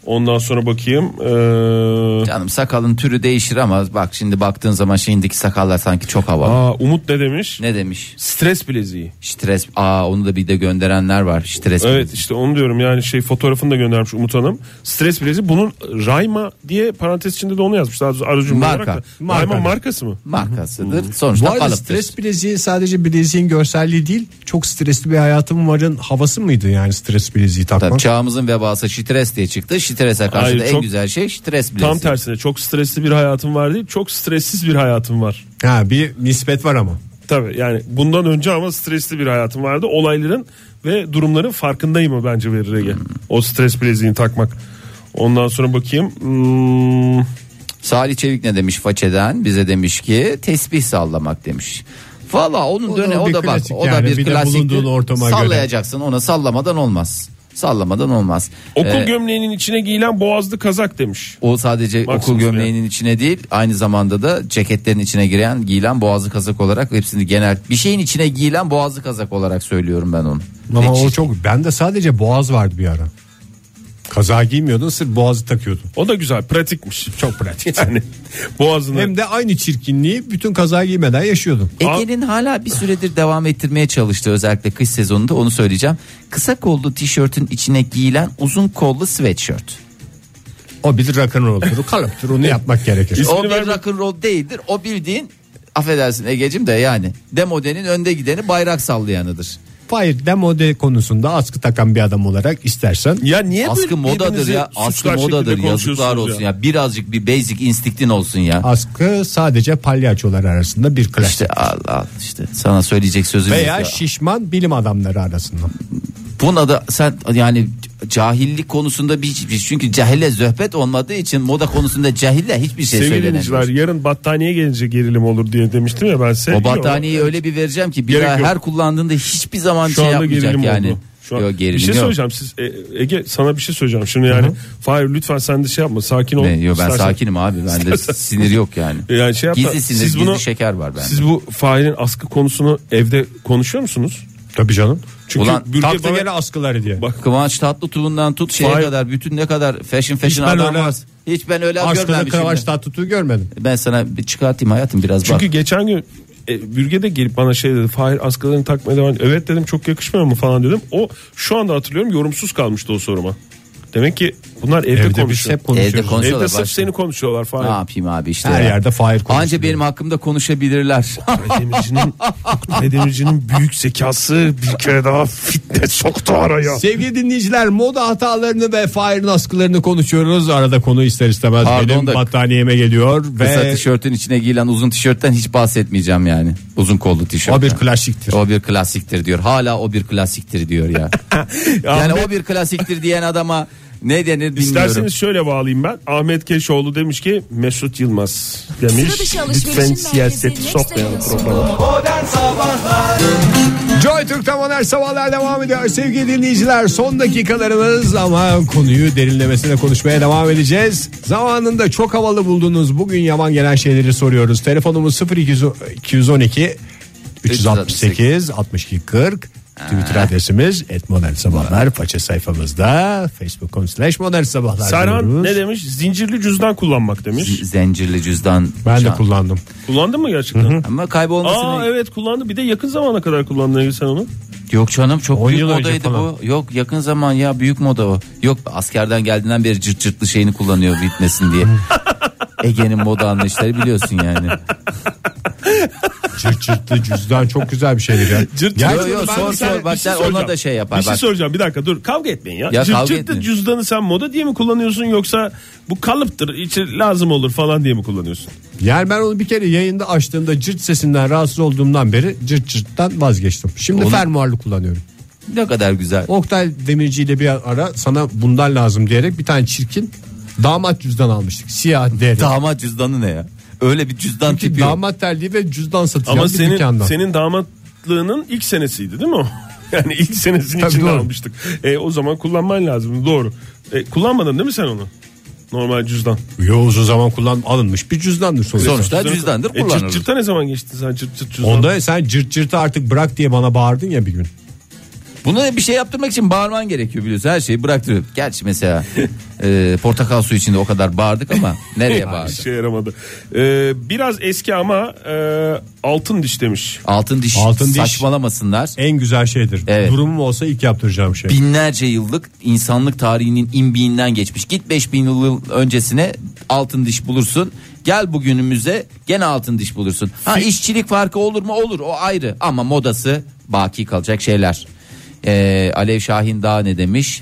Ondan sonra bakayım. Canım sakalın türü değişir ama bak şimdi baktığın zaman şimdiki sakallar sanki çok havalı. Umut ne demiş? Ne demiş? Stres bileziği. Stres. Onu da bir de gönderenler var. Stres. Evet bileziği. işte onu diyorum yani fotoğrafını da göndermiş Umut Hanım. Stres bileziği. Bunun Rayma diye parantez içinde de onu yazmış. Daha doğrusu aracım Marka. olarak da. Rayma markası mı? Markasıdır. Bu Sonuçta arada kalıptır. stres bileziği sadece bileziğin görselliği değil, çok stresli bir hayatım varın havası mıydı yani stres bileziği takmak? Tabii çağımızın vebası stres diye çıktı. Strese karşı Hayır, da en çok- güzel şey stres bileziği. Tam tersine çok stresli bir hayatım var değil, çok stressiz bir hayatım var. Ha, bir nispet var ama. Tabii yani bundan önce ama stresli bir hayatım vardı. Olayların ve durumların farkındayım mı bence verir Ege. O stres bileziğini takmak. Ondan sonra bakayım. Salih Çevik ne demiş façeden? Bize demiş ki tesbih sallamak demiş. Valla onun O da dönemi o bir da bak klasik o da yani, bir bir de klasiktir. bulunduğun ortama göre. Sallayacaksın ona sallamadan olmaz. Sallamadan olmaz. Okul gömleğinin içine giyilen boğazlı kazak demiş. O sadece Maksimum okul gömleğinin içine değil aynı zamanda da ceketlerin içine giyilen boğazlı kazak olarak hepsini genel bir şeyin içine giyilen boğazlı kazak olarak söylüyorum ben onu. Ama Peki. o çok, bende sadece boğaz vardı bir ara. Kazağı giymiyordun, sırf boğazı takıyordun. O da güzel, pratikmiş. Çok pratik. Yani boğazını. Hem de aynı çirkinliği bütün kazağı giymeden yaşıyordun. Ege'nin hala bir süredir devam ettirmeye çalıştığı özellikle kış sezonunda onu söyleyeceğim. Kısa kollu tişörtün içine giyilen uzun kollu sweatshirt. O bir rock'n'roll'dur, kalıptır, onu yapmak gerekir. İsmini O bir verme. rock'n'roll değildir. O bildiğin affedersin Ege'cim de yani demodenin önde gideni bayrak sallayanıdır. Hayır, demode konusunda askı takan bir adam olarak istersen. Ya niye böyle Askı modadır birbirinizi ya. Askı suçlar modadır. şeklinde Yazıklar konuşuyorsunuz olsun ya. Birazcık bir basic instinktin olsun ya. Askı sadece palyaçolar arasında bir klasik. İşte al işte sana söyleyecek sözüm yok Veya ya. şişman bilim adamları arasında. Buna da sen yani cahillik konusunda bir çünkü cahile zöhbet olmadığı için moda konusunda cahille hiçbir şey Sevgili söylenemiyor. dinleyiciler, yarın battaniye gelince gerilim olur diye demiştim ya ben size. O battaniyeyi öyle bir vereceğim ki bir Gerek daha yok. her kullandığında hiçbir zaman Şu şey anda yapmayacak gerilim yani. oldu. Şu an- Yok, gerilim bir şey yok. söyleyeceğim siz Ege, sana bir şey söyleyeceğim şimdi yani. Fahir lütfen sen de şey yapma, sakin ol. Yok ben İstersen- sakinim abi bende sinir yok yani. Yani şey yap da, Gizli sinir siz gizli bunu- şeker var bende. Siz bu Fahir'in askı konusunu evde konuşuyor musunuz? Tabii canım. Çünkü Ulan, Bürge Taktı bana- gene askıları diye. Bak Kıvanç Tatlıtuğ'undan tut şeye Vay. kadar bütün ne kadar fashion ben adam öyle- var. Hiç ben öyle Askıda görmemişim. Kıvanç Tatlıtuğ'u görmedim. Ben sana bir çıkartayım hayatım biraz çünkü bak. geçen gün Bürge de gelip bana şey dedi. Fahir askılarını takmaya devam. Evet dedim, çok yakışmıyor mu falan dedim. O şu anda hatırlıyorum, yorumsuz kalmıştı o soruma. Demek ki bunlar evde Evde biz konuşuyor. hep konuşuyoruz. Evde konuşuyorlar. Evde sırf başka. seni konuşuyorlar Ne Fahir. yapayım abi işte. Her ya. yerde Fahir konuşuyor. Anca benim hakkımda konuşabilirler. Demirci'nin büyük zekası bir kere daha fitne soktu araya. Sevgili dinleyiciler, moda hatalarını ve Fahir'in askılarını konuşuyoruz. Arada konu ister istemez Pardon benim da- battaniyeme geliyor. Kısa Ve tişörtün içine giyilen uzun tişörtten hiç bahsetmeyeceğim yani. Uzun kollu tişört. o bir klasiktir. O bir klasiktir diyor. Hala o bir klasiktir diyor ya. Yani o bir klasiktir diyen adama ne denir bilmiyorum. İsterseniz şöyle bağlayayım ben. Ahmet Keşoğlu demiş ki Mesut Yılmaz demiş. Sıra dışı alışverişin Lütfen merkezi siyaseti Next sokmayalım Level'ın programa. Joy Türk'te modern sabahlar devam ediyor sevgili dinleyiciler. Son dakikalarımız ama konuyu derinlemesine konuşmaya devam edeceğiz. Zamanında çok havalı bulduğunuz bugün yaman gelen şeyleri soruyoruz. Telefonumuz 0212 368 62 40. Twitter adresimiz @modernsabahlar, faça sayfamızda facebook.com/modernsabahlar. Serhan ne demiş? Zincirli cüzdan kullanmak demiş. Zencirli cüzdan. Ben de Şu an- kullandım. Kullandın mı gerçekten? Ama kaybolmasını. Aa evet kullandı. Bir de yakın zamana kadar kullandın Ege sen onu. Yok canım çok 10 büyük yıl önce modaydı falan. bu. Yok yakın zaman ya büyük moda o. Yok askerden geldiğinden beri cırt cırtlı şeyini kullanıyor bitmesin diye. Ege'nin moda anlayışları biliyorsun yani. Cırt cırtlı cüzdan çok güzel bir şeydir ya. Cırt Gerçi Yo, yo, ben sor, mesela- sor. Bak bir şey sen ona soracağım. da şey yapar. Bir şey Bak. soracağım, bir dakika dur, kavga etmeyin ya. Ya Cırt kavga cırtlı etmeyin. cüzdanı sen moda diye mi kullanıyorsun yoksa bu kalıptır içi lazım olur falan diye mi kullanıyorsun? Yani ben onu bir kere yayında açtığımda cırt sesinden rahatsız olduğumdan beri cırt cırttan vazgeçtim. Şimdi Onu- fermuarlı kullanıyorum. Ne kadar güzel. Oktay Demirci ile bir ara sana bundan lazım diyerek bir tane çirkin damat cüzdan almıştık. Siyah deri. Damat cüzdanı ne ya? Öyle bir cüzdan Çünkü tipi yok. damat terliği ve cüzdan satacağım Ama bir dükkandan. senin damatlığının ilk senesiydi değil mi o? Yani ilk senesinin Tabii, içinde doğru. almıştık. O zaman kullanman lazım, doğru. Kullanmadın değil mi sen onu? Normal cüzdan. Yo, uzun zaman alınmış bir cüzdandır sonuçta. Sonuçta cüzdandır Cırt kullanılır. cırta ne zaman geçtin sen cırt cırt cüzdan? Onda sen cırt cırtı artık bırak diye bana bağırdın ya bir gün. Buna bir şey yaptırmak için bağırman gerekiyor biliyorsun. Her şeyi bıraktırıyor. Gerçi mesela portakal suyu içinde o kadar bağırdık ama nereye bağırdık? İşe yaramadı. Biraz eski ama altın diş demiş. Altın diş saçmalamasınlar. En güzel şeydir. Evet. Durumum olsa ilk yaptıracağım şey. Binlerce yıllık insanlık tarihinin imbiğinden geçmiş. Git 5000 yıl öncesine altın diş bulursun. Gel bugünümüze gene altın diş bulursun. Ha işçilik farkı olur mu? Olur, o ayrı. Ama modası baki kalacak şeyler. Alev Şahin daha ne demiş?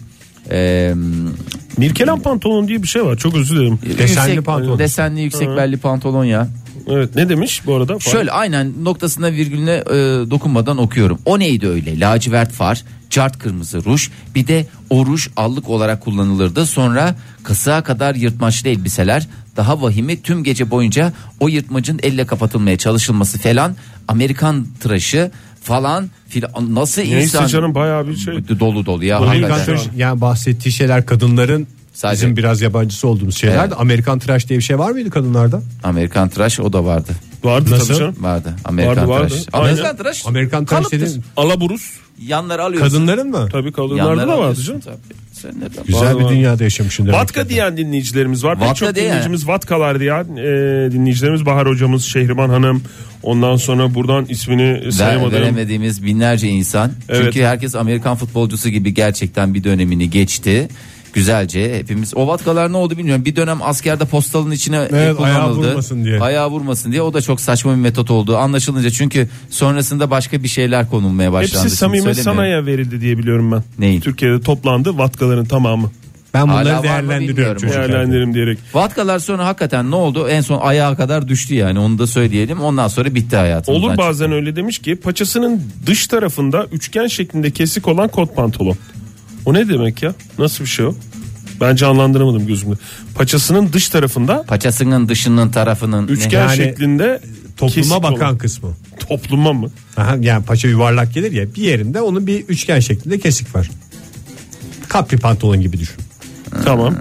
Mirkelan pantolon diye bir şey var. Çok özür dilerim. Desenli pantolon. Desenli yüksek belli pantolon ya. Evet, ne demiş bu arada? Şöyle aynen noktasına virgülüne dokunmadan okuyorum. O neydi öyle? Lacivert far, cart kırmızı ruj, bir de o ruj allık olarak kullanılırdı. Sonra kasığa kadar yırtmaçlı elbiseler, daha vahimi tüm gece boyunca o yırtmacın elle kapatılmaya çalışılması falan, Amerikan tıraşı falan filan. Nasıl neyse insan? Canım bayağı bir şey. Dolu ya. Amerikan tıraş, yani bahsettiği şeyler kadınların sadece bizim biraz yabancısı olduğumuz şeyler. Evet. Amerikan tıraş diye bir şey var mıydı kadınlarda? Amerikan tıraş o da vardı. Vardı Nasıl? tabii canım. Vardı. Amerikan Vardı. tıraş. Aynen. Amerikan tıraş. Amerikan tıraş kalıptır. dediğin Alaburus. Yanları alıyorsun. kadınların mı? Tabii kadınlarda Yanları da vardı alıyorsun canım. tabii. Sen nereden? Güzel bir Var. dünyada yaşamışsın demek. Vatka diyen dinleyicilerimiz var. Vatka Çok diyen. dinleyicimiz vatkalar diyen dinleyicilerimiz. Bahar hocamız, Şehriban Hanım. Ondan sonra buradan ismini sayamadım. Veremediğimiz binlerce insan. Evet. Çünkü herkes Amerikan futbolcusu gibi gerçekten bir dönemini geçti. Güzelce hepimiz. O vatkalar ne oldu bilmiyorum. Bir dönem askerde postalın içine Evet, kullanıldı. ayağı vurmasın diye. Ayağı vurmasın diye. O da çok saçma bir metot oldu. Anlaşılınca çünkü sonrasında başka bir şeyler konulmaya başlandı. Hepsi Samime Şimdi söylemiyorum. Sana'ya verildi diye biliyorum ben. Neyin? Türkiye'de toplandı vatkaların tamamı. Ben Hala var bunları mı değerlendiriyorum bilmiyorum. çocuklar. Değerlendirim diyerek. Vatkalar sonra hakikaten ne oldu? En son ayağa kadar düştü yani. Onu da söyleyelim. Ondan sonra bitti hayatımızdan. Olur bazen öyle demiş ki paçasının dış tarafında üçgen şeklinde kesik olan kot pantolon. O ne demek ya? Nasıl bir şey o? Ben canlandıramadım gözümde. Paçasının dış tarafında Paçasının dışının tarafının üçgen Yani şeklinde Topluma kesik bakan olan. kısmı. Topluma mı? Aha, yani paça yuvarlak gelir ya, bir yerinde onun bir üçgen şeklinde kesik var. Kapri pantolon gibi düşün. Tamam.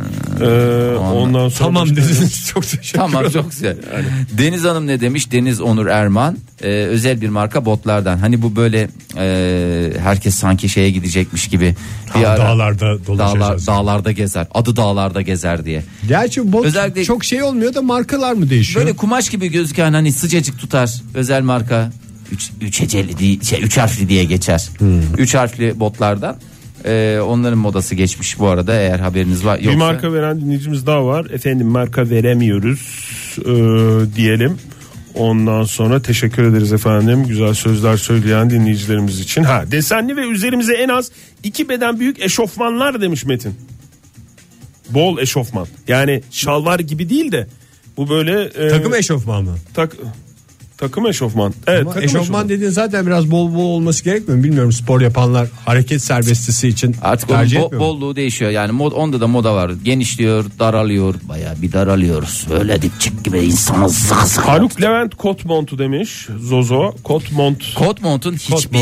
Ondan sonra Tamam başka- dediniz, çok teşekkür ederim. Tamam çok güzel. Deniz Hanım ne demiş? Deniz Onur Erman özel bir marka botlardan. Hani bu böyle herkes sanki şeye gidecekmiş gibi bir ara Dağlarda dolaşacağız. dağlarda gezer. Adı dağlarda gezer diye. Gerçi bot Özellikle- çok şey olmuyor da markalar mı değişiyor? Böyle kumaş gibi gözüken hani sıcacık tutar özel marka. Üç heceli değil, üç harfli diye geçer. 3 harfli botlardan. Onların modası geçmiş bu arada eğer haberiniz var. Bir Yoksa... marka veren dinleyicimiz daha var. Efendim marka veremiyoruz diyelim. Ondan sonra teşekkür ederiz efendim. Güzel sözler söyleyen dinleyicilerimiz için. Ha, desenli ve üzerimize en az 2 beden büyük eşofmanlar demiş Metin. Bol eşofman. Yani şalvar gibi değil de bu böyle Takım eşofman mı? takım eşofman. Evet, Ama takım eşofman dediğin zaten biraz bol olması gerekmiyor mu? Bilmiyorum, spor yapanlar hareket serbestisi için Artık onun tercih etmiyor mu? bolluğu değişiyor yani onda da moda var, genişliyor, daralıyor, bayağı bir daralıyoruz böyle dipçik gibi insanı sıkı sıkı. Haluk Levent kot montu demiş Zozo. Kot mont. Kot montun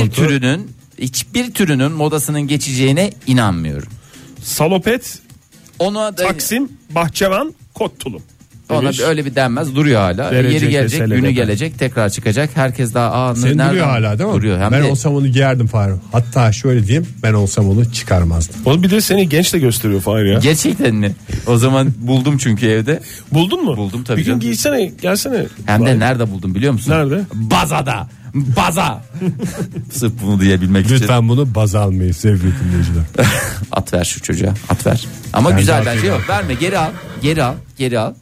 hiçbir türünün modasının geçeceğine inanmıyorum. Salopet, Ona da Taksim, Bahçevan, kot tulum. ona demiş. öyle bir denmez, duruyor hala. Derece Yeri gelecek, keselede günü de. gelecek, tekrar çıkacak. Herkes daha Senin duruyor hala değil mi? Duruyor. Hem Ben de olsam onu giyerdim Fahri. Hatta şöyle diyeyim, ben olsam onu çıkarmazdım. O bir de seni genç de gösteriyor Fahir ya. gerçekten mi? O zaman buldum çünkü evde. Buldun mu? Buldum tabii Bir gün canım. giysene, gelsene. Hem de Fahir. nerede buldum biliyor musun? Nerede? Bazada. Baza. Sırf bunu diyebilmek için. Lütfen bunu baz almayın sevgili dinleyiciler. At ver şu çocuğa. At ver. Ama Ben güzel de bence atayım. yok. Verme, geri al.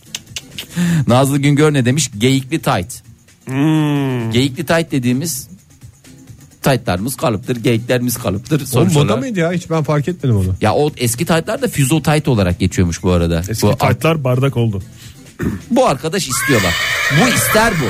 Nazlı Güngör ne demiş? Geyikli tayt. Geyikli tayt dediğimiz taytlarımız kalıptır, geyiklerimiz kalıptır. O Sonuç moda olarak. mıydı ya? Hiç ben fark etmedim onu. Ya o eski taytlar da füzo tayt olarak geçiyormuş bu arada. Eski bu, taytlar bardak oldu. bu arkadaş istiyor bak. Bu ister bu.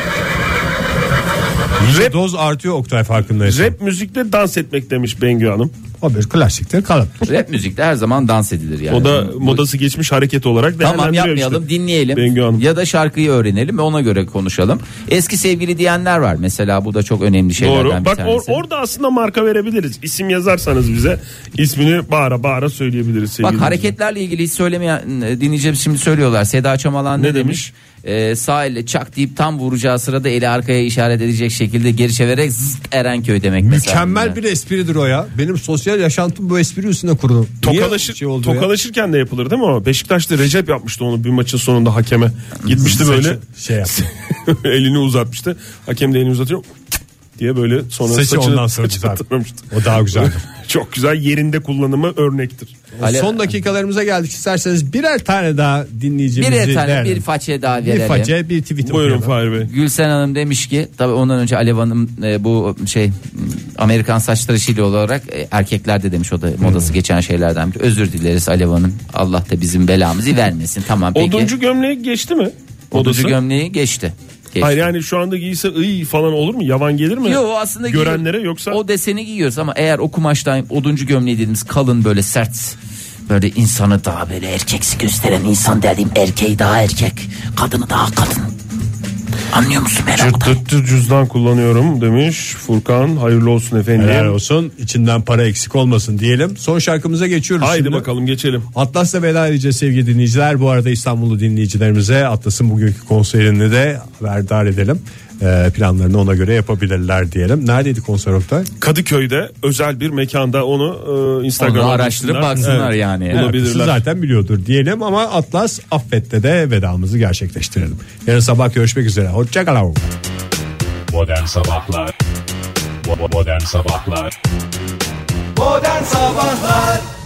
İyice doz artıyor Oktay, farkındaysan. Rap müzikte dans etmek demiş Bengü Hanım. O bir klasiktir, kalıp. Rap müzikte her zaman dans edilir yani. O da Bu- modası geçmiş hareket olarak Tamam, değerlendiriyor yapmayalım, işte. dinleyelim Bengü Hanım. ya da şarkıyı öğrenelim ve ona göre konuşalım. Eski sevgili diyenler var mesela, bu da çok önemli şeylerden Doğru. bir Bak tanesi. orada aslında marka verebiliriz. İsim yazarsanız bize ismini bağıra söyleyebiliriz sevgili Bak hareketlerle ilgili hiç söylemeyen dinleyicilerimiz şimdi söylüyorlar. Seda Çamalan ne Ne demiş? sağ elle çak deyip tam vuracağı sırada eli arkaya işaret edecek şekilde geri çevirerek zık Erenköy demek mesela. Mükemmel bir espridir o ya. Benim sosyal yaşantım bu espri üstüne kurulu. Tokalaşırken de yapılır değil mi o? Beşiktaş'ta Recep yapmıştı onu bir maçın sonunda hakeme. Gitmişti böyle. Elini uzatmıştı. Hakem de elini uzatıyor diye böyle sonra saçını tırmamıştı. O daha güzeldir. Çok güzel yerinde kullanımı örnektir. Son dakikalarımıza geldik. İsterseniz birer tane daha dinleyicimizi bir façe daha verelim. Bir façe, bir tweet Buyurun Fahri Bey. Gülsen Hanım demiş ki, tabii ondan önce Alev Hanım bu Amerikan saçları şili olarak erkeklerde demiş, o da modası geçen şeylerden biri. Özür dileriz Alev Hanım. Allah da bizim belamızı vermesin. Tamam peki. Oduncu gömleği geçti mi? Oduncu gömleği geçti. Hayır yani şu anda giyse falan olur mu? Yavan gelir mi? Yok aslında görenlere yoksa o deseni giyiyoruz ama eğer o kumaştan oduncu gömleği dediğimiz kalın böyle sert, böyle insanı daha böyle erkeksi gösteren, insan dediğim erkeği daha erkek, kadını daha kadın. Anlıyor musun merakla? Cüzdan kullanıyorum demiş Furkan. Hayırlı olsun efendim. Helal olsun. İçinden para eksik olmasın diyelim. Son şarkımıza geçiyoruz. Haydi şimdi. Bakalım geçelim. Atlas'la veda edeceğiz sevgili dinleyiciler. Bu arada İstanbullu dinleyicilerimize Atlas'ın bugünkü konserini de haberdar edelim. Planlarını ona göre yapabilirler diyelim. Neredeydi konser Oktay? Kadıköy'de özel bir mekanda, onu Instagram'da araştırıp baksınlar yani. Bulabilirler. Zaten biliyordur diyelim ama Atlas Affet'te de vedamızı gerçekleştirelim. Yarın sabah görüşmek üzere. Hoşçakalın. Modern Sabahlar. Modern Sabahlar. Modern Sabahlar